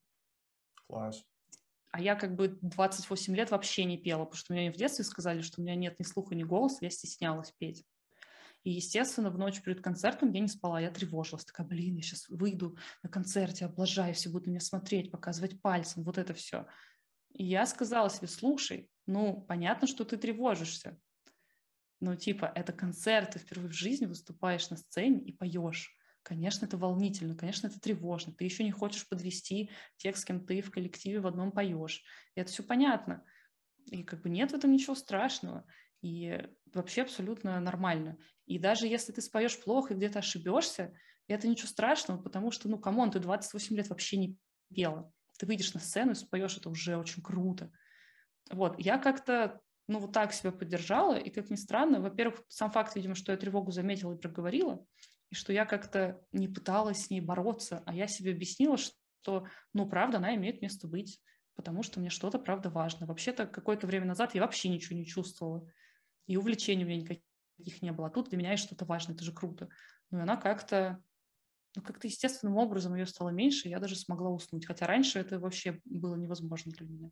Класс. А я как бы двадцать восемь лет вообще не пела, потому что мне в детстве сказали, что у меня нет ни слуха, ни голоса, я стеснялась петь. И, естественно, в ночь перед концертом я не спала, я тревожилась. Такая, блин, я сейчас выйду на концерте, облажаю, все будут на меня смотреть, показывать пальцем, вот это все. И я сказала себе, слушай, ну, понятно, что ты тревожишься. Ну, типа, это концерт, ты впервые в жизни выступаешь на сцене и поешь. Конечно, это волнительно, конечно, это тревожно. Ты еще не хочешь подвести тех, с кем ты в коллективе в одном поешь. И это все понятно. И как бы нет в этом ничего страшного. И вообще абсолютно нормально. И даже если ты споешь плохо и где-то ошибешься, это ничего страшного, потому что, ну, камон, ты двадцать восемь лет вообще не пела. Ты выйдешь на сцену и споешь, это уже очень круто. Вот, я как-то, ну, вот так себя поддержала, и, как ни странно, во-первых, сам факт, видимо, что я тревогу заметила и проговорила, и что я как-то не пыталась с ней бороться, а я себе объяснила, что, ну, правда, она имеет место быть, потому что мне что-то, правда, важно. Вообще-то, какое-то время назад я вообще ничего не чувствовала, и увлечений у меня никаких не было, а тут для меня есть что-то важное, это же круто. Ну, и она как-то, ну, как-то естественным образом ее стало меньше, и я даже смогла уснуть, хотя раньше это вообще было невозможно для меня.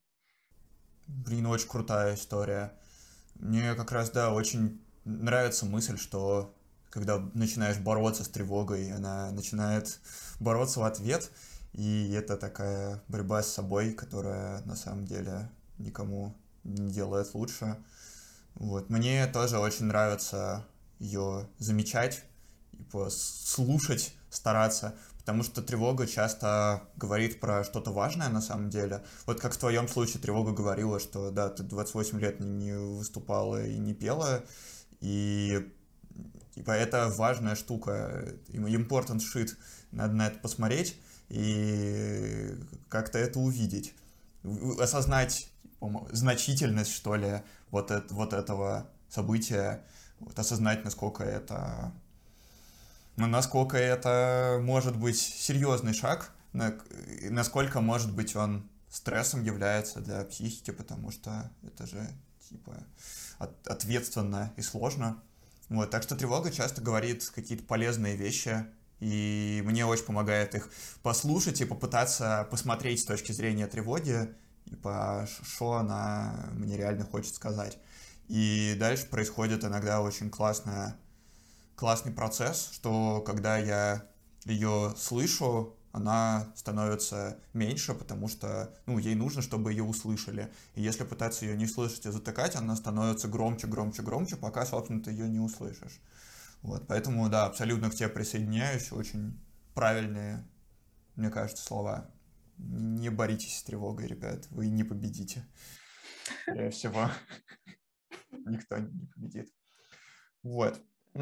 Блин, очень крутая история. Мне как раз, да, очень нравится мысль, что когда начинаешь бороться с тревогой, она начинает бороться в ответ. И это такая борьба с собой, которая на самом деле никому не делает лучше. Вот. Мне тоже очень нравится ее замечать, типа, слушать, стараться, потому что тревога часто говорит про что-то важное на самом деле. Вот как в твоем случае тревога говорила, что да, ты двадцать восемь лет не выступала и не пела, и типа это важная штука, important shit, надо на это посмотреть и как-то это увидеть, осознать значительность, что ли, вот, это, вот этого события, вот, осознать, насколько это, ну, насколько это может быть серьезный шаг, насколько, может быть, он стрессом является для психики, потому что это же, типа, от, ответственно и сложно. Вот, так что тревога часто говорит какие-то полезные вещи, и мне очень помогает их послушать и попытаться посмотреть с точки зрения тревоги, типа, что она мне реально хочет сказать. И дальше происходит иногда очень классная, классный процесс, что когда я ее слышу, она становится меньше, потому что, ну, ей нужно, чтобы ее услышали. И если пытаться ее не слышать и затыкать, она становится громче, громче, громче, пока, собственно, ты ее не услышишь. Вот, поэтому, да, абсолютно к тебе присоединяюсь. Очень правильные, мне кажется, слова. Не боритесь с тревогой, ребят, вы не победите. Скорее всего, никто не победит. Вот.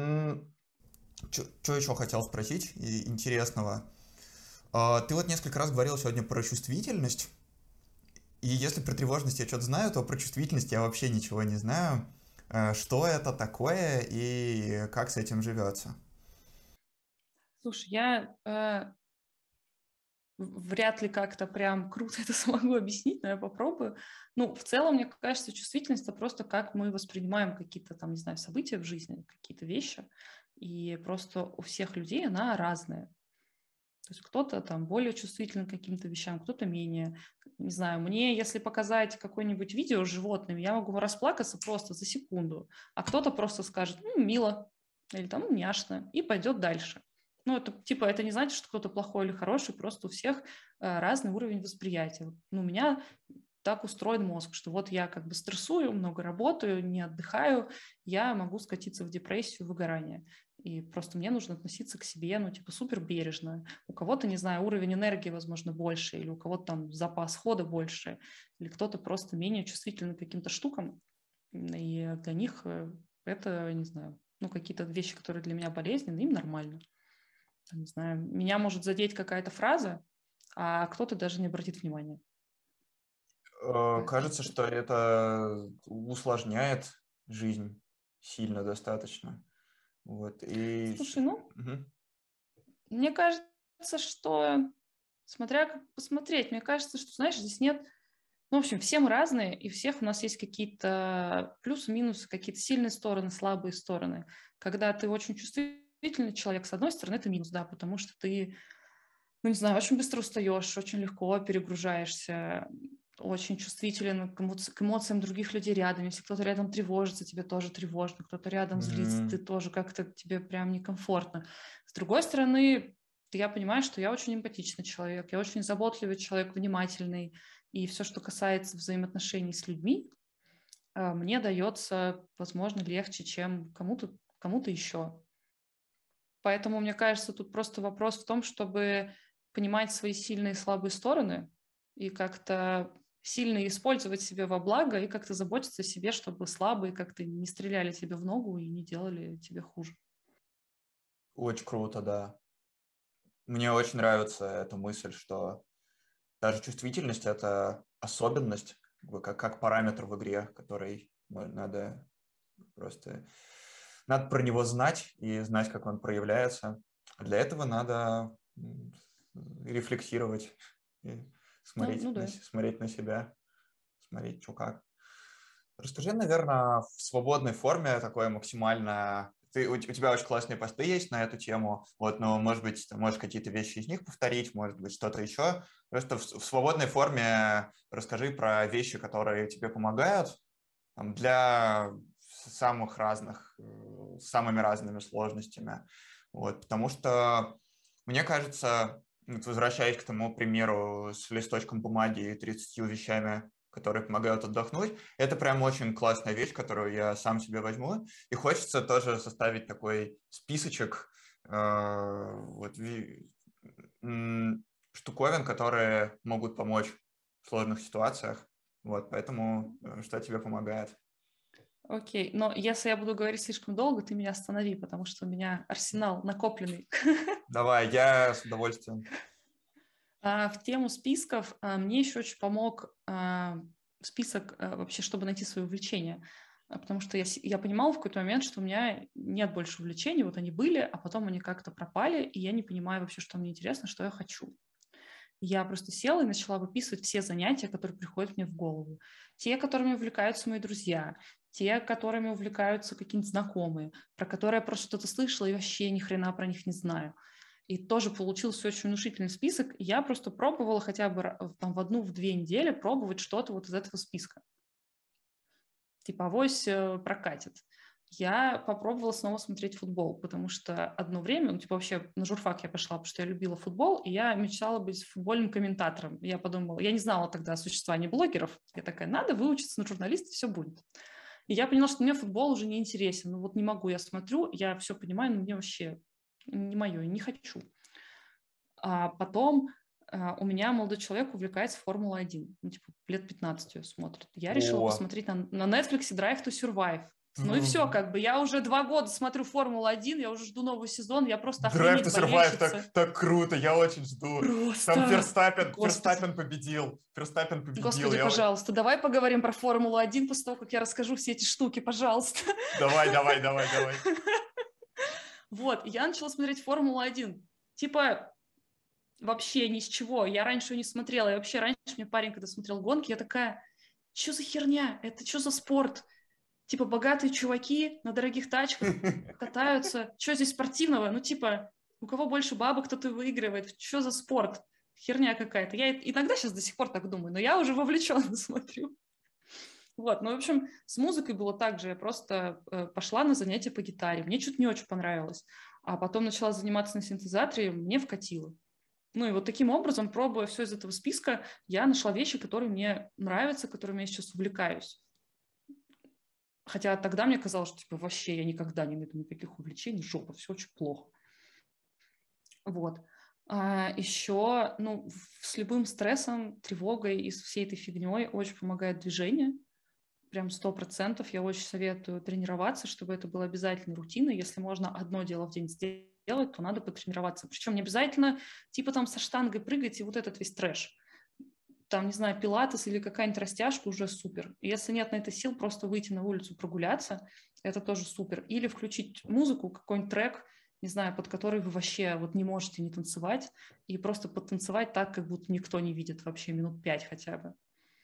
Что еще хотел спросить интересного? Ты вот несколько раз говорил сегодня про чувствительность. И если про тревожность я что-то знаю, то про чувствительность я вообще ничего не знаю. Что это такое и как с этим живется? Слушай, я э, вряд ли как-то прям круто это смогу объяснить, но я попробую. Ну, в целом, мне кажется, чувствительность – это просто как мы воспринимаем какие-то там, не знаю, события в жизни, какие-то вещи. И просто у всех людей она разная. То есть кто-то там более чувствителен к каким-то вещам, кто-то менее. Не знаю, мне если показать какое-нибудь видео с животными, я могу расплакаться просто за секунду, а кто-то просто скажет, ну, мило, или там, ну, няшно, и пойдет дальше. Ну, это типа, это не значит, что кто-то плохой или хороший, просто у всех э, разный уровень восприятия. Ну, у меня так устроен мозг, что вот я как бы стрессую, много работаю, не отдыхаю, я могу скатиться в депрессию, выгорание. И просто мне нужно относиться к себе, ну, типа, супер бережно. У кого-то, не знаю, уровень энергии, возможно, больше, или у кого-то там запас хода больше, или кто-то просто менее чувствительный к каким-то штукам, и для них это, не знаю, ну, какие-то вещи, которые для меня болезненны, им нормально. Не знаю, меня может задеть какая-то фраза, а кто-то даже не обратит внимания. Кажется, что это усложняет жизнь сильно достаточно. Вот, и... Слушай, ну, угу. Мне кажется, что, смотря как посмотреть, мне кажется, что, знаешь, здесь нет... Ну, в общем, все мы разные, и у всех у нас есть какие-то плюсы, минусы, какие-то сильные стороны, слабые стороны. Когда ты очень чувствительный человек, с одной стороны, это минус, да, потому что ты, ну, не знаю, очень быстро устаешь, очень легко перегружаешься, очень чувствителен к, эмоци- к эмоциям других людей рядом. Если кто-то рядом тревожится, тебе тоже тревожно, кто-то рядом злится, Mm-hmm. ты тоже как-то тебе прям некомфортно. С другой стороны, я понимаю, что я очень эмпатичный человек, я очень заботливый человек, внимательный, и все, что касается взаимоотношений с людьми, мне дается, возможно, легче, чем кому-то, кому-то еще. Поэтому, мне кажется, тут просто вопрос в том, чтобы понимать свои сильные и слабые стороны и как-то сильно использовать себя во благо и как-то заботиться о себе, чтобы слабые как-то не стреляли тебе в ногу и не делали тебе хуже. Очень круто, да. Мне очень нравится эта мысль, что даже чувствительность – это особенность, как, как параметр в игре, который надо просто… Надо про него знать и знать, как он проявляется. Для этого надо рефлексировать и смотреть, Ну, ну на, да. смотреть на себя, смотреть, что как. Расскажи, наверное, в свободной форме такое максимально… Ты, у, у тебя очень классные посты есть на эту тему, вот, но, может быть, ты можешь какие-то вещи из них повторить, может быть, что-то еще. Просто в, в свободной форме расскажи про вещи, которые тебе помогают там, для самых разных, с самыми разными сложностями. Вот, потому что, мне кажется, Вот возвращаясь к тому примеру с листочком бумаги и тридцатью вещами, которые помогают отдохнуть, это прям очень классная вещь, которую я сам себе возьму. И хочется тоже составить такой списочек э, вот, ви- м, штуковин, которые могут помочь в сложных ситуациях. Вот, поэтому э, что тебе помогает? Окей, но если я буду говорить слишком долго, ты меня останови, потому что у меня арсенал накопленный. Давай, я с удовольствием. А, В тему списков а, мне еще очень помог а, список а, вообще, чтобы найти свои увлечения. А, Потому что я, с- я понимала в какой-то момент, что у меня нет больше увлечений, вот они были, а потом они как-то пропали, и я не понимаю вообще, что мне интересно, что я хочу. Я просто села и начала выписывать все занятия, которые приходят мне в голову. Те, которыми увлекаются мои друзья, те, которыми увлекаются какие-нибудь знакомые, про которые я просто что-то слышала и вообще ни хрена про них не знаю. И тоже получился очень внушительный список. Я просто пробовала хотя бы ра- там, в одну, в две недели пробовать что-то вот из этого списка. Типа авось э, прокатит. Я попробовала снова смотреть футбол, потому что одно время, ну, типа вообще на журфак я пошла, потому что я любила футбол, и я мечтала быть футбольным комментатором. Я подумала, я не знала тогда о существовании блогеров. Я такая, надо выучиться на журналиста, все будет. И я поняла, что мне футбол уже не интересен. Ну вот не могу, я смотрю, я все понимаю, но мне вообще не мое, не хочу. А потом а, у меня молодой человек увлекается Формулой один. Ну, типа, лет пятнадцать ее смотрит. Я решила О, посмотреть на, на Netflix Drive to Survive. Ну и все, как бы я уже два года смотрю Формулу один, я уже жду новый сезон, я просто Drive to охренеть Survive, так, болельщица. так круто, я очень жду. Там Просто, Ферстаппен, господи, Ферстаппен победил, Ферстаппен победил, господи, я... о- пожалуйста, давай поговорим про Формулу один после того, как я расскажу все эти штуки, пожалуйста. Давай, давай, давай, давай. Вот, я начала смотреть Формулу один. Типа, вообще ни с чего. Я раньше ее не смотрела. И вообще раньше мне парень, когда смотрел гонки, я такая, что за херня? Это что за спорт? Типа богатые чуваки на дорогих тачках катаются. Что здесь спортивного? Ну типа, у кого больше бабок, тот и выигрывает. Что за спорт? Херня какая-то. Я иногда сейчас до сих пор так думаю, но я уже вовлеченно смотрю. Вот, ну, в общем, с музыкой было так же. Я просто э, пошла на занятия по гитаре. Мне что-то не очень понравилось. А потом начала заниматься на синтезаторе, мне вкатило. Ну и вот таким образом, пробуя все из этого списка, я нашла вещи, которые мне нравятся, которыми я сейчас увлекаюсь. Хотя тогда мне казалось, что типа вообще я никогда не найду никаких увлечений, жопа, все очень плохо. Вот. А еще, ну, с любым стрессом, тревогой и с всей этой фигней очень помогает движение. Прям сто процентов я очень советую тренироваться, чтобы это было обязательной рутиной. Если можно одно дело в день сделать, то надо потренироваться. Причем не обязательно типа там со штангой прыгать и вот этот весь трэш. Там, не знаю, пилатес или какая-нибудь растяжка уже супер. Если нет на это сил, просто выйти на улицу прогуляться, это тоже супер. Или включить музыку, какой-нибудь трек, не знаю, под который вы вообще вот не можете не танцевать, и просто потанцевать так, как будто никто не видит вообще минут пять хотя бы.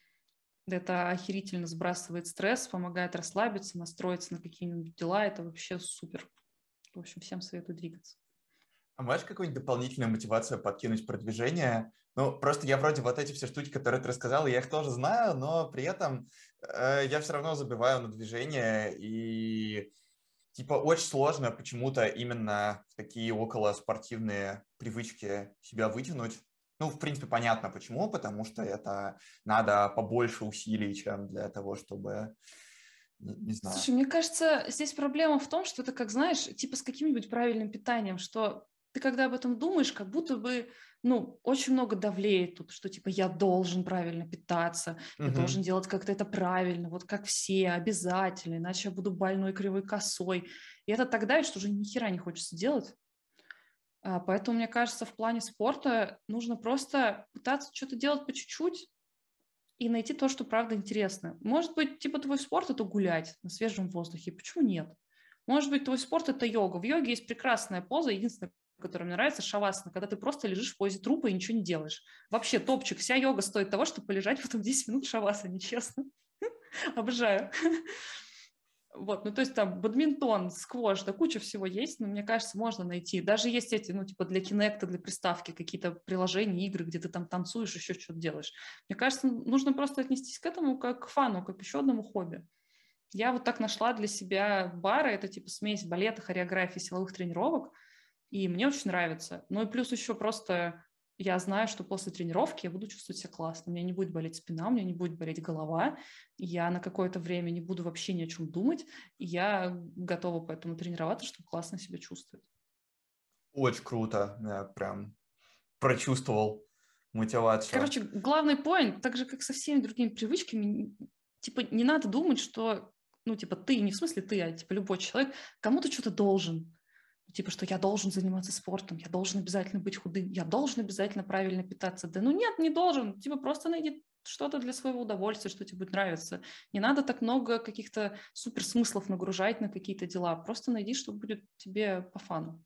Это охерительно сбрасывает стресс, помогает расслабиться, настроиться на какие-нибудь дела. Это вообще супер. В общем, всем советую двигаться. А можешь какую-нибудь дополнительную мотивацию подкинуть про движение? Ну, просто я вроде вот эти все штуки, которые ты рассказал, я их тоже знаю, но при этом э, я все равно забиваю на движение, и типа очень сложно почему-то именно в такие околоспортивные привычки себя вытянуть. Ну, в принципе, понятно почему, потому что это надо побольше усилий, чем для того, чтобы, не, не знаю. Слушай, мне кажется, здесь проблема в том, что это, как знаешь, типа с каким-нибудь правильным питанием, что ты когда об этом думаешь, как будто бы, ну, очень много давлеет тут, что типа я должен правильно питаться, я должен Мгм. делать как-то это правильно, вот как все, обязательно, иначе я буду больной кривой косой. И это так давит, что уже ни хера не хочется делать. А, Поэтому, мне кажется, в плане спорта нужно просто пытаться что-то делать по чуть-чуть и найти то, что правда интересно. Может быть, типа твой спорт – это гулять на свежем воздухе. Почему нет? Может быть, твой спорт – это йога. В йоге есть прекрасная поза, единственная, которая мне нравится – шавасана, когда ты просто лежишь в позе трупа и ничего не делаешь. Вообще топчик. Вся йога стоит того, чтобы полежать потом десять минут в шавасане, честно. Обожаю. Вот, ну то есть там бадминтон, сквош, да куча всего есть, но мне кажется, можно найти. Даже есть эти, ну типа для Kinect, для приставки какие-то приложения, игры, где ты там танцуешь, еще что-то делаешь. Мне кажется, нужно просто отнестись к этому как к фану, как к еще одному хобби. Я вот так нашла для себя бары, это типа смесь балета, хореографии, силовых тренировок, и мне очень нравится. Ну и плюс еще просто я знаю, что после тренировки я буду чувствовать себя классно. У меня не будет болеть спина, у меня не будет болеть голова. Я на какое-то время не буду вообще ни о чем думать. И я готова поэтому тренироваться, чтобы классно себя чувствовать. Очень круто. Я прям прочувствовал мотивацию. Короче, главный поинт, так же, как со всеми другими привычками, типа, не надо думать, что, ну, типа, ты, не в смысле ты, а, типа, любой человек кому-то что-то должен. Типа, что я должен заниматься спортом, я должен обязательно быть худым, я должен обязательно правильно питаться. Да ну нет, не должен. Типа, просто найди что-то для своего удовольствия, что тебе будет нравиться. Не надо так много каких-то суперсмыслов нагружать на какие-то дела. Просто найди, что будет тебе по фану.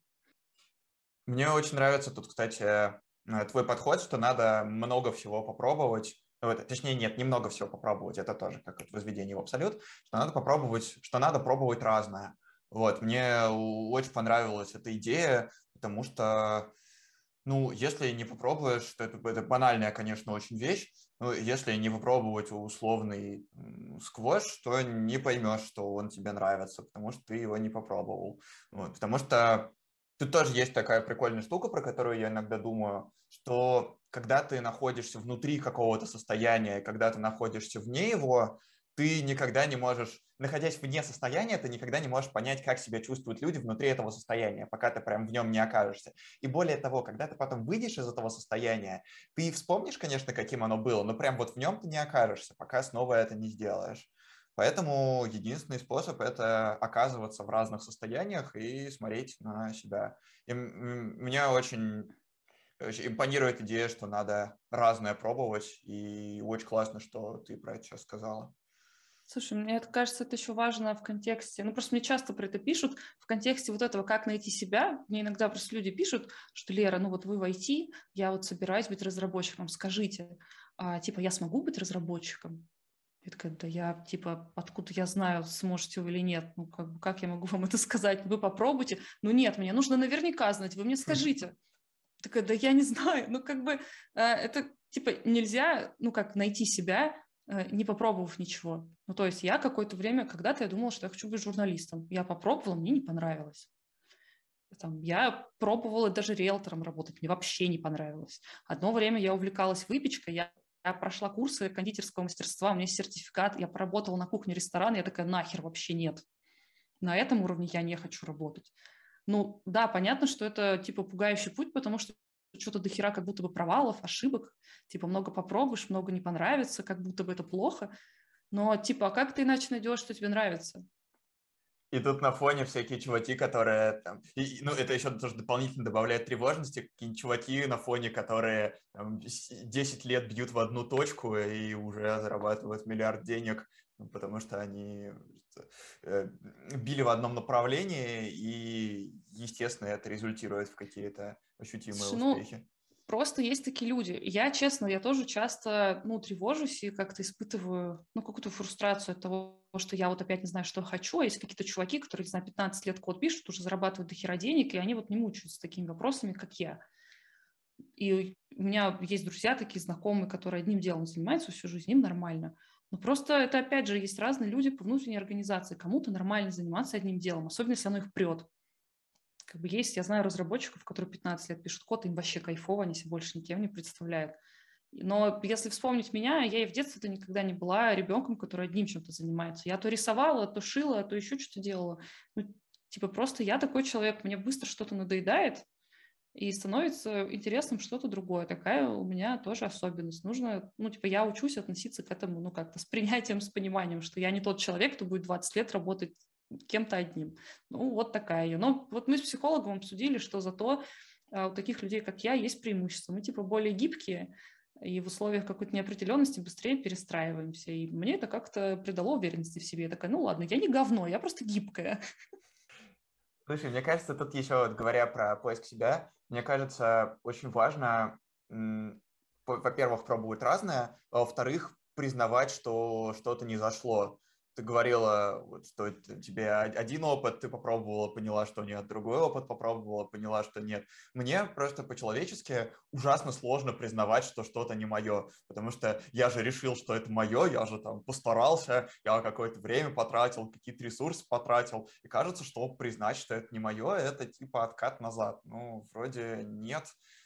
Мне очень нравится тут, кстати, твой подход, что надо много всего попробовать. Вот, точнее, нет, немного всего попробовать. Это тоже как вот возведение в абсолют. Что надо попробовать, что надо пробовать разное. Вот, мне очень понравилась эта идея, потому что, ну, если не попробуешь, то это, это банальная, конечно, очень вещь, но если не попробовать условный сквош, то не поймешь, что он тебе нравится, потому что ты его не попробовал. Вот, потому что тут тоже есть такая прикольная штука, про которую я иногда думаю, что когда ты находишься внутри какого-то состояния, когда ты находишься вне его, ты никогда не можешь, находясь вне состояния, ты никогда не можешь понять, как себя чувствуют люди внутри этого состояния, пока ты прям в нем не окажешься. И более того, когда ты потом выйдешь из этого состояния, ты вспомнишь, конечно, каким оно было, но прям вот в нем ты не окажешься, пока снова это не сделаешь. Поэтому единственный способ – это оказываться в разных состояниях и смотреть на себя. И меня очень импонирует идея, что надо разное пробовать, и очень классно, что ты про это сейчас сказала. Слушай, мне это кажется, это еще важно в контексте, ну просто мне часто про это пишут, в контексте вот этого, как найти себя. Мне иногда просто люди пишут, что Лера, ну вот вы в ай ти, я вот собираюсь быть разработчиком, скажите, а, типа я смогу быть разработчиком? Я такая, да я, типа, откуда я знаю, сможете вы или нет, ну как бы, как я могу вам это сказать? Вы попробуйте. Ну нет, мне нужно наверняка знать, вы мне скажите. Такая, да я не знаю, ну как бы это, типа, нельзя, ну как, найти себя, не попробовав ничего. Ну, то есть я какое-то время, когда-то я думала, что я хочу быть журналистом. Я попробовала, мне не понравилось. Там, я пробовала даже риэлтором работать, мне вообще не понравилось. Одно время я увлекалась выпечкой, я, я прошла курсы кондитерского мастерства, у меня есть сертификат, я поработала на кухне ресторана, я такая, нахер, вообще нет. На этом уровне я не хочу работать. Ну, да, понятно, что это, типа, пугающий путь, потому что что-то до хера как будто бы провалов, ошибок, типа много попробуешь, много не понравится, как будто бы это плохо, но типа, а как ты иначе найдешь, что тебе нравится? И тут на фоне всякие чуваки, которые там, и, ну это еще тоже дополнительно добавляет тревожности, какие-нибудь чуваки на фоне, которые там, десять лет бьют в одну точку и уже зарабатывают миллиард денег, потому что они э, били в одном направлении, и, естественно, это результирует в какие-то ощутимые Слушай, успехи. ну, просто есть такие люди. Я, честно, я тоже часто, ну, тревожусь и как-то испытываю, ну, какую-то фрустрацию от того, что я вот опять не знаю, что хочу. А есть какие-то чуваки, которые, не знаю, пятнадцать лет код пишут, уже зарабатывают до хера денег, и они вот не мучаются такими вопросами, как я. И у меня есть друзья, такие знакомые, которые одним делом занимаются всю жизнь, им нормально. Но просто это, опять же, есть разные люди по внутренней организации. Кому-то нормально заниматься одним делом, особенно если оно их прет. Как бы есть, я знаю разработчиков, которые пятнадцать лет пишут код, им вообще кайфово, они себя больше никем не представляют. Но если вспомнить меня, я и в детстве-то никогда не была ребенком, который одним чем-то занимается. Я то рисовала, то шила, то еще что-то делала. Ну, типа просто я такой человек, мне быстро что-то надоедает, и становится интересным что-то другое. Такая у меня тоже особенность. Нужно, ну, типа, я учусь относиться к этому, ну, как-то с принятием, с пониманием, что я не тот человек, кто будет двадцать лет работать кем-то одним. Ну, вот такая я. Но вот мы с психологом обсудили, что зато а, у таких людей, как я, есть преимущество. Мы, типа, более гибкие, и в условиях какой-то неопределенности быстрее перестраиваемся. И мне это как-то придало уверенности в себе. Я такая, ну, ладно, я не говно, я просто гибкая. Слушай, мне кажется, тут еще, вот, говоря про поиск себя, мне кажется, очень важно, во-первых, пробовать разное, а во-вторых, признавать, что что-то не зашло. Ты говорила, вот, что это тебе один опыт, ты попробовала, поняла, что нет, другой опыт попробовала, поняла, что нет. Мне просто по-человечески ужасно сложно признавать, что что-то не мое, потому что я же решил, что это мое, я же там постарался, я какое-то время потратил, какие-то ресурсы потратил, и кажется, что признать, что это не мое, это типа откат назад. Ну, вроде нет.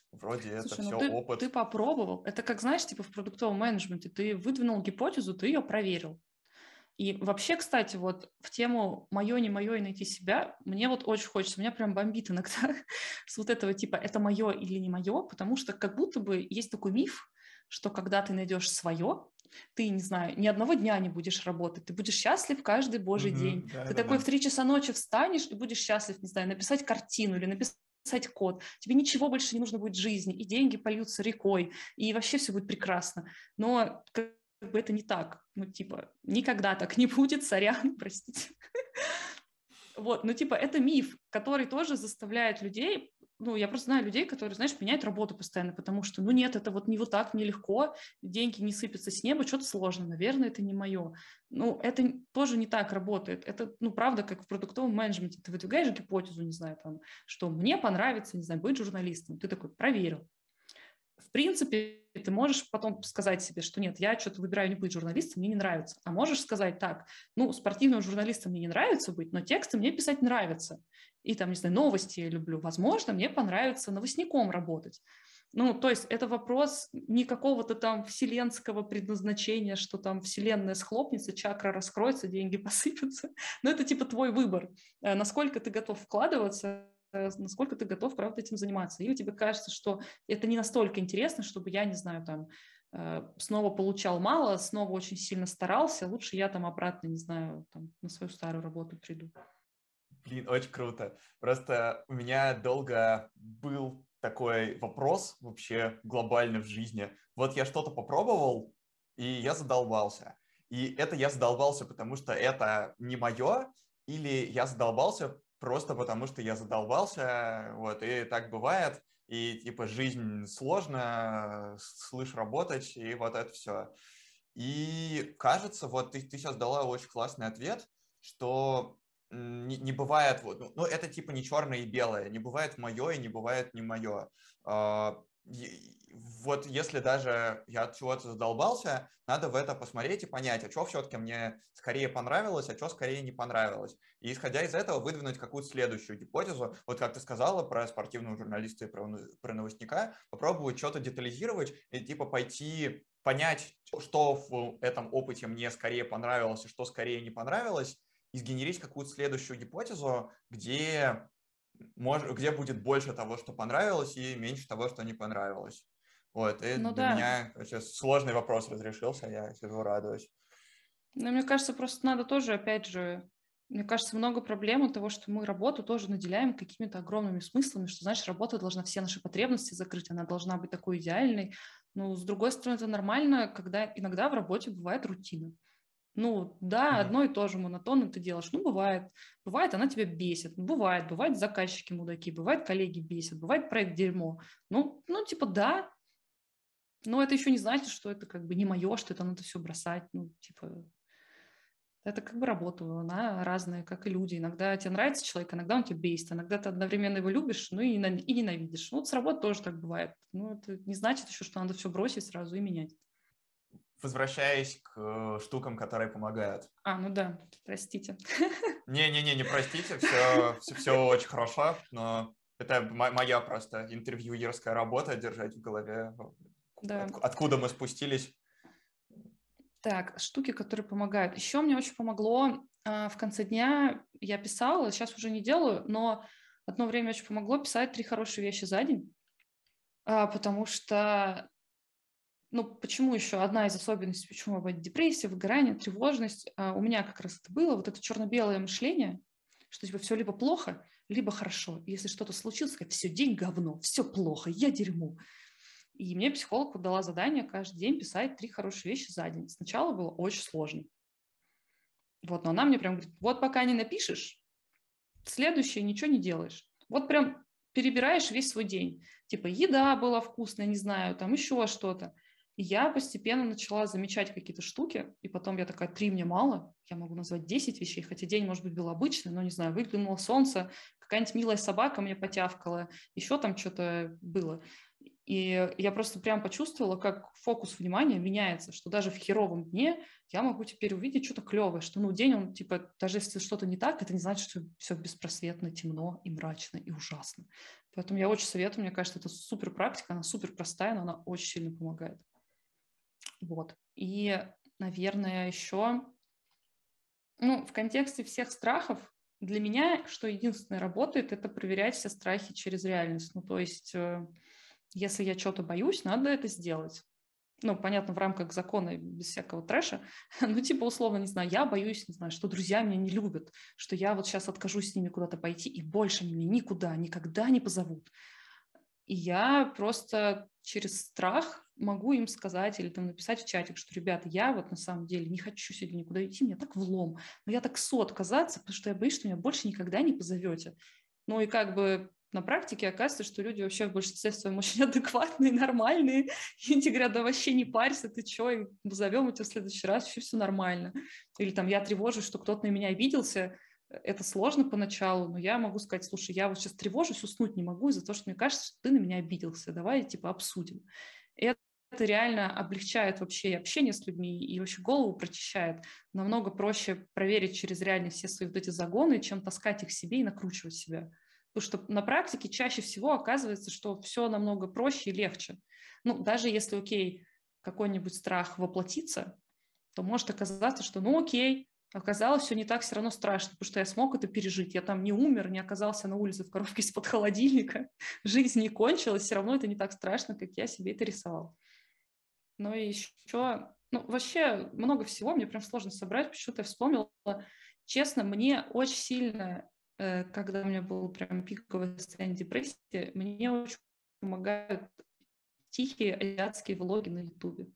Вроде это Слушай, ну все ты, опыт. ты попробовал. Это как, знаешь, типа в продуктовом менеджменте. Ты выдвинул гипотезу, ты ее проверил. И вообще, кстати, вот в тему «моё, не моё» и найти себя, мне вот очень хочется, меня прям бомбит иногда с вот этого типа «это моё или не моё», потому что как будто бы есть такой миф, что когда ты найдешь своё, ты, не знаю, ни одного дня не будешь работать, ты будешь счастлив каждый божий Мгм. день. Ты такой Да-да-да. в три часа ночи встанешь и будешь счастлив, не знаю, написать картину или написать код. Тебе ничего больше не нужно будет в жизни, и деньги польются рекой, и вообще все будет прекрасно. Но как бы это не так. Ну, типа, никогда так не будет, сорян, простите. Вот, ну, типа, это миф, который тоже заставляет людей, ну, я просто знаю людей, которые, знаешь, меняют работу постоянно, потому что, ну, нет, это вот не вот так, нелегко, деньги не сыпятся с неба, что-то сложно, наверное, это не мое. Ну, это тоже не так работает. Это, ну, правда, как в продуктовом менеджменте. Ты выдвигаешь гипотезу, не знаю, там, что мне понравится, не знаю, быть журналистом. Ты такой, проверил. В принципе, ты можешь потом сказать себе, что нет, я что-то выбираю не быть журналистом, мне не нравится. А можешь сказать так, ну, спортивным журналистом мне не нравится быть, но тексты мне писать нравится. И там, не знаю, новости я люблю. Возможно, мне понравится новостником работать. Ну, то есть это вопрос не какого-то там вселенского предназначения, что там вселенная схлопнется, чакра раскроется, деньги посыпятся. Но это типа твой выбор. Насколько ты готов вкладываться, насколько ты готов, правда, этим заниматься. Или тебе кажется, что это не настолько интересно, чтобы я, не знаю, там, снова получал мало, снова очень сильно старался, лучше я там обратно, не знаю, там, на свою старую работу приду. Блин, очень круто. Просто у меня долго был такой вопрос вообще глобально в жизни. Вот я что-то попробовал, и я задолбался. И это я задолбался, потому что это не мое, или я задолбался просто потому, что я задолбался. Вот, и так бывает. И типа жизнь сложно, слышь, работать, и вот это все. И кажется, вот ты, ты сейчас дала очень классный ответ, что не, не бывает, вот, ну, ну, это типа не черное и белое, не бывает мое и не бывает не мое. А, вот если даже я от чего-то задолбался, надо в это посмотреть и понять, а что все-таки мне скорее понравилось, а что скорее не понравилось. И исходя из этого выдвинуть какую-то следующую гипотезу. Вот как ты сказала про спортивного журналиста и про, про новостника, попробовать что-то детализировать и типа пойти понять, что в этом опыте мне скорее понравилось и что скорее не понравилось, и сгенерить какую-то следующую гипотезу, где, мож, где будет больше того, что понравилось, и меньше того, что не понравилось. Вот, и Ну для да. меня сейчас сложный вопрос разрешился, я сижу, радуюсь. Но мне кажется, просто надо тоже, опять же, мне кажется, много проблем от того, что мы работу тоже наделяем какими-то огромными смыслами, что, знаешь, работа должна все наши потребности закрыть, она должна быть такой идеальной. Но, с другой стороны, это нормально, когда иногда в работе бывает рутина. Ну, да, Mm-hmm. одно и то же монотонно ты делаешь. Ну, бывает. Бывает, она тебя бесит. Бывает. Бывает, заказчики мудаки. Бывает, коллеги бесят. Бывает, проект дерьмо. Ну, ну, типа, да. Но это еще не значит, что это как бы не мое, что это надо все бросать. Ну, типа, это как бы работа. Она разная, как и люди. Иногда тебе нравится человек, иногда он тебя бесит. Иногда ты одновременно его любишь, ну и, и ненавидишь. Ну, вот с работы тоже так бывает. Ну, это не значит еще, что надо все бросить сразу и менять. Возвращаясь к штукам, которые помогают. А, ну да, простите. Не-не-не, не простите, все, все, все очень хорошо, но это моя просто интервьюерская работа, держать в голове, Да. от, откуда мы спустились. Так, штуки, которые помогают. Еще мне очень помогло э, в конце дня, я писала, сейчас уже не делаю, но одно время очень помогло писать три хорошие вещи за день, э, потому что, ну, почему еще одна из особенностей, почему бывает депрессия, выгорание, тревожность, э, у меня как раз это было, вот это черно-белое мышление, что типа все либо плохо, либо хорошо. И если что-то случилось, сказать, все, день говно, все плохо, я дерьмо. И мне психолог дала задание каждый день писать три хорошие вещи за день. Сначала было очень сложно. Вот, но она мне прям говорит, вот пока не напишешь, следующее ничего не делаешь. Вот прям перебираешь весь свой день. Типа еда была вкусная, не знаю, там еще что-то. И я постепенно начала замечать какие-то штуки, и потом я такая, три мне мало, я могу назвать десять вещей, хотя день, может быть, был обычный, но, не знаю, выглянуло солнце, какая-нибудь милая собака мне потявкала, еще там что-то было. И я просто прям почувствовала, как фокус внимания меняется, что даже в херовом дне я могу теперь увидеть что-то клевое, что ну день он типа, даже если что-то не так, это не значит, что все беспросветно, темно и мрачно и ужасно. Поэтому я очень советую, мне кажется, это супер практика, она супер простая, но она очень сильно помогает. Вот. И, наверное, еще, ну, в контексте всех страхов, для меня, что единственное работает, это проверять все страхи через реальность. Ну, то есть если я чего-то боюсь, надо это сделать. Ну, понятно, в рамках закона, без всякого трэша. Ну, типа, условно, не знаю, я боюсь, не знаю, что друзья меня не любят, что я вот сейчас откажусь с ними куда-то пойти, и больше меня никуда, никогда не позовут. И я просто через страх могу им сказать или там написать в чатик, что, ребята, я вот на самом деле не хочу сегодня никуда идти, мне так влом, но я так со отказаться, потому что я боюсь, что меня больше никогда не позовете. Ну и как бы на практике оказывается, что люди вообще в большинстве своем очень адекватные, нормальные. И те говорят, да вообще не парься, ты чё, и зовем тебя в следующий раз, вообще все нормально. Или там я тревожусь, что кто-то на меня обиделся. Это сложно поначалу, но я могу сказать, слушай, я вот сейчас тревожусь, уснуть не могу из-за того, что мне кажется, что ты на меня обиделся. Давай типа обсудим. И это это реально облегчает вообще и общение с людьми, и вообще голову прочищает. Намного проще проверить через реальность все свои вот эти загоны, чем таскать их себе и накручивать себя. Потому что на практике чаще всего оказывается, что все намного проще и легче. Ну, даже если, окей, какой-нибудь страх воплотится, то может оказаться, что, ну, окей, оказалось, все не так все равно страшно, потому что я смог это пережить. Я там не умер, не оказался на улице в коробке из-под холодильника, жизнь не кончилась, все равно это не так страшно, как я себе это рисовал. Ну и еще, ну, вообще много всего, мне прям сложно собрать, почему-то я вспомнила. Честно, мне очень сильно, когда у меня был прям пиковое состояние депрессии, мне очень помогают тихие азиатские влоги на Ютубе.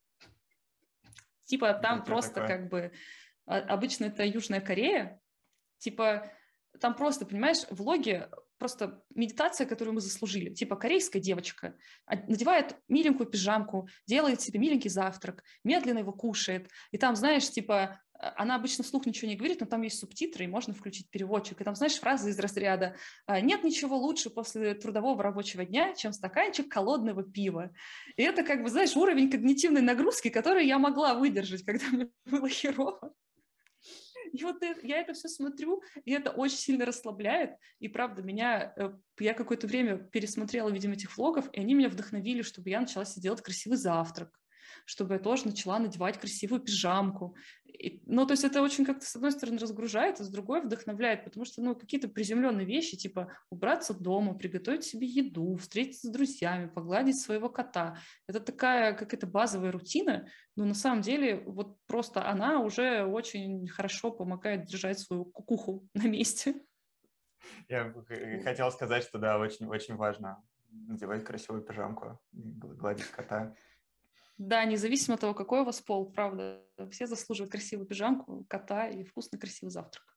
Типа там это просто такое? Как бы, обычно это Южная Корея, типа там просто, понимаешь, влоги, просто медитация, которую мы заслужили. Типа корейская девочка надевает миленькую пижамку, делает себе миленький завтрак, медленно его кушает. И там, знаешь, типа, она обычно вслух ничего не говорит, но там есть субтитры, и можно включить переводчик. И там, знаешь, фразы из разряда «Нет ничего лучше после трудового рабочего дня, чем стаканчик холодного пива». И это, как бы, знаешь, уровень когнитивной нагрузки, который я могла выдержать, когда мне было херово. И вот я это все смотрю, и это очень сильно расслабляет. И правда, меня, я какое-то время пересмотрела, видимо, этих влогов, и они меня вдохновили, чтобы я начала себе делать красивый завтрак, чтобы я тоже начала надевать красивую пижамку. И, ну, то есть это очень как-то, с одной стороны, разгружает, а с другой вдохновляет, потому что, ну, какие-то приземленные вещи, типа убраться дома, приготовить себе еду, встретиться с друзьями, погладить своего кота. Это такая какая-то базовая рутина, но на самом деле вот просто она уже очень хорошо помогает держать свою кукуху на месте. Я хотел сказать, что да, очень-очень важно надевать красивую пижамку, гладить кота. Да, независимо от того, какой у вас пол, правда, все заслуживают красивую пижамку, кота и вкусный красивый завтрак.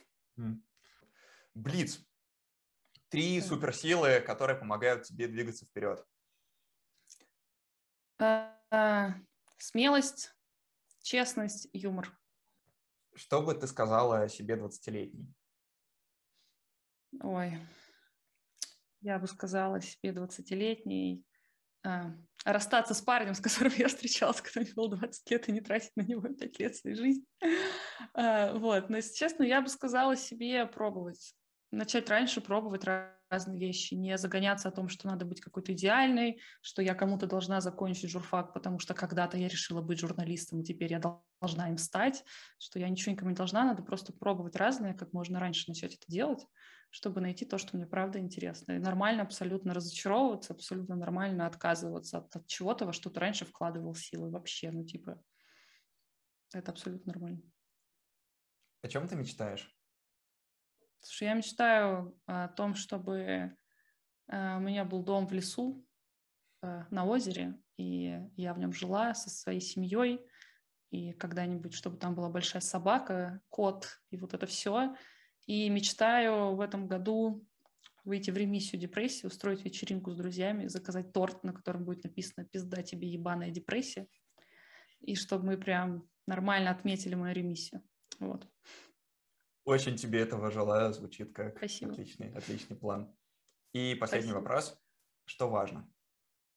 Блиц. Три суперсилы, которые помогают тебе двигаться вперед. Смелость, честность, юмор. Что бы ты сказала о себе двадцатилетней? Ой, я бы сказала себе двадцатилетней а, расстаться с парнем, с которым я встречалась, когда мне было двадцать лет, и не тратить на него пять лет своей жизни. А, вот. Но, если честно, я бы сказала себе пробовать. Начать раньше пробовать разные вещи, не загоняться о том, что надо быть какой-то идеальной, что я кому-то должна закончить журфак, потому что когда-то я решила быть журналистом, и теперь я должна им стать, что я ничего никому не должна, надо просто пробовать разное, как можно раньше начать это делать, чтобы найти то, что мне правда интересно. И нормально абсолютно разочаровываться, абсолютно нормально отказываться от, от чего-то, во что ты раньше вкладывал силы вообще, ну типа, это абсолютно нормально. О чем ты мечтаешь? Слушай, я мечтаю о том, чтобы у меня был дом в лесу, на озере, и я в нем жила со своей семьей, и когда-нибудь, чтобы там была большая собака, кот, и вот это все. И мечтаю в этом году выйти в ремиссию депрессии, устроить вечеринку с друзьями, заказать торт, на котором будет написано «Пизда тебе, ебаная депрессия», и чтобы мы прям нормально отметили мою ремиссию. Вот. Очень тебе этого желаю, звучит как Спасибо. отличный, отличный план. И последний Спасибо. вопрос. Что важно?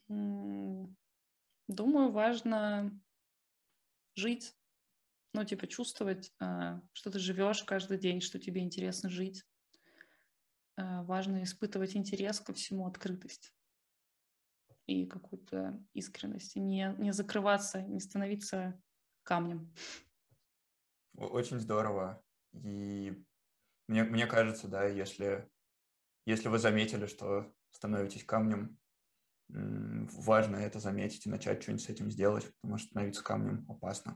Думаю, важно жить, ну, типа чувствовать, что ты живешь каждый день, что тебе интересно жить. Важно испытывать интерес ко всему, открытость и какую-то искренность, и не, не закрываться, не становиться камнем. Очень здорово. И мне, мне кажется, да, если, если вы заметили, что становитесь камнем, важно это заметить и начать что-нибудь с этим сделать, потому что становиться камнем опасно.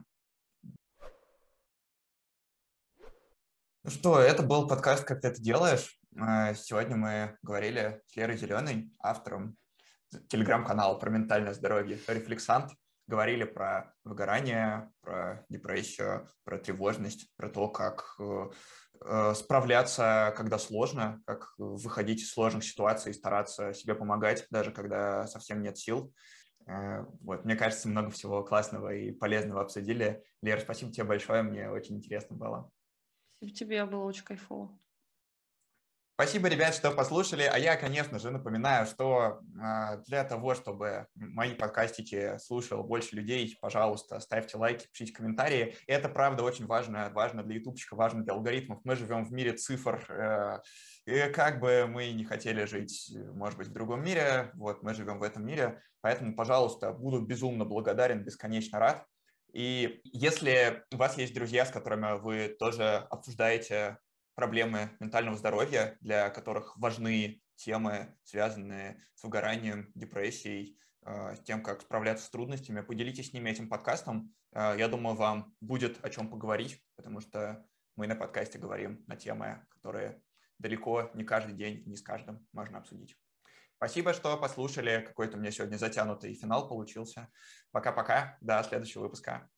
Ну что, это был подкаст «Как ты это делаешь?». Сегодня мы говорили с Лерой Зеленой, автором телеграм-канала про ментальное здоровье «Рефлексант». Говорили про выгорание, про депрессию, про тревожность, про то, как справляться, когда сложно, как выходить из сложных ситуаций и стараться себе помогать, даже когда совсем нет сил. Вот, мне кажется, много всего классного и полезного обсудили. Лера, спасибо тебе большое, мне очень интересно было. Спасибо тебе, было очень кайфово. Спасибо, ребят, что послушали. А я, конечно же, напоминаю, что для того, чтобы мои подкастики слушало больше людей, пожалуйста, ставьте лайки, пишите комментарии. Это, правда, очень важно. Важно для ютубчика, важно для алгоритмов. Мы живем в мире цифр. И как бы мы не хотели жить, может быть, в другом мире, вот мы живем в этом мире. Поэтому, пожалуйста, буду безумно благодарен, бесконечно рад. И если у вас есть друзья, с которыми вы тоже обсуждаете проблемы ментального здоровья, для которых важны темы, связанные с выгоранием, депрессией, с тем, как справляться с трудностями, поделитесь с ними этим подкастом. Я думаю, вам будет о чем поговорить, потому что мы на подкасте говорим на темы, которые далеко не каждый день, не с каждым можно обсудить. Спасибо, что послушали. Какой-то у меня сегодня затянутый финал получился. Пока-пока. До следующего выпуска.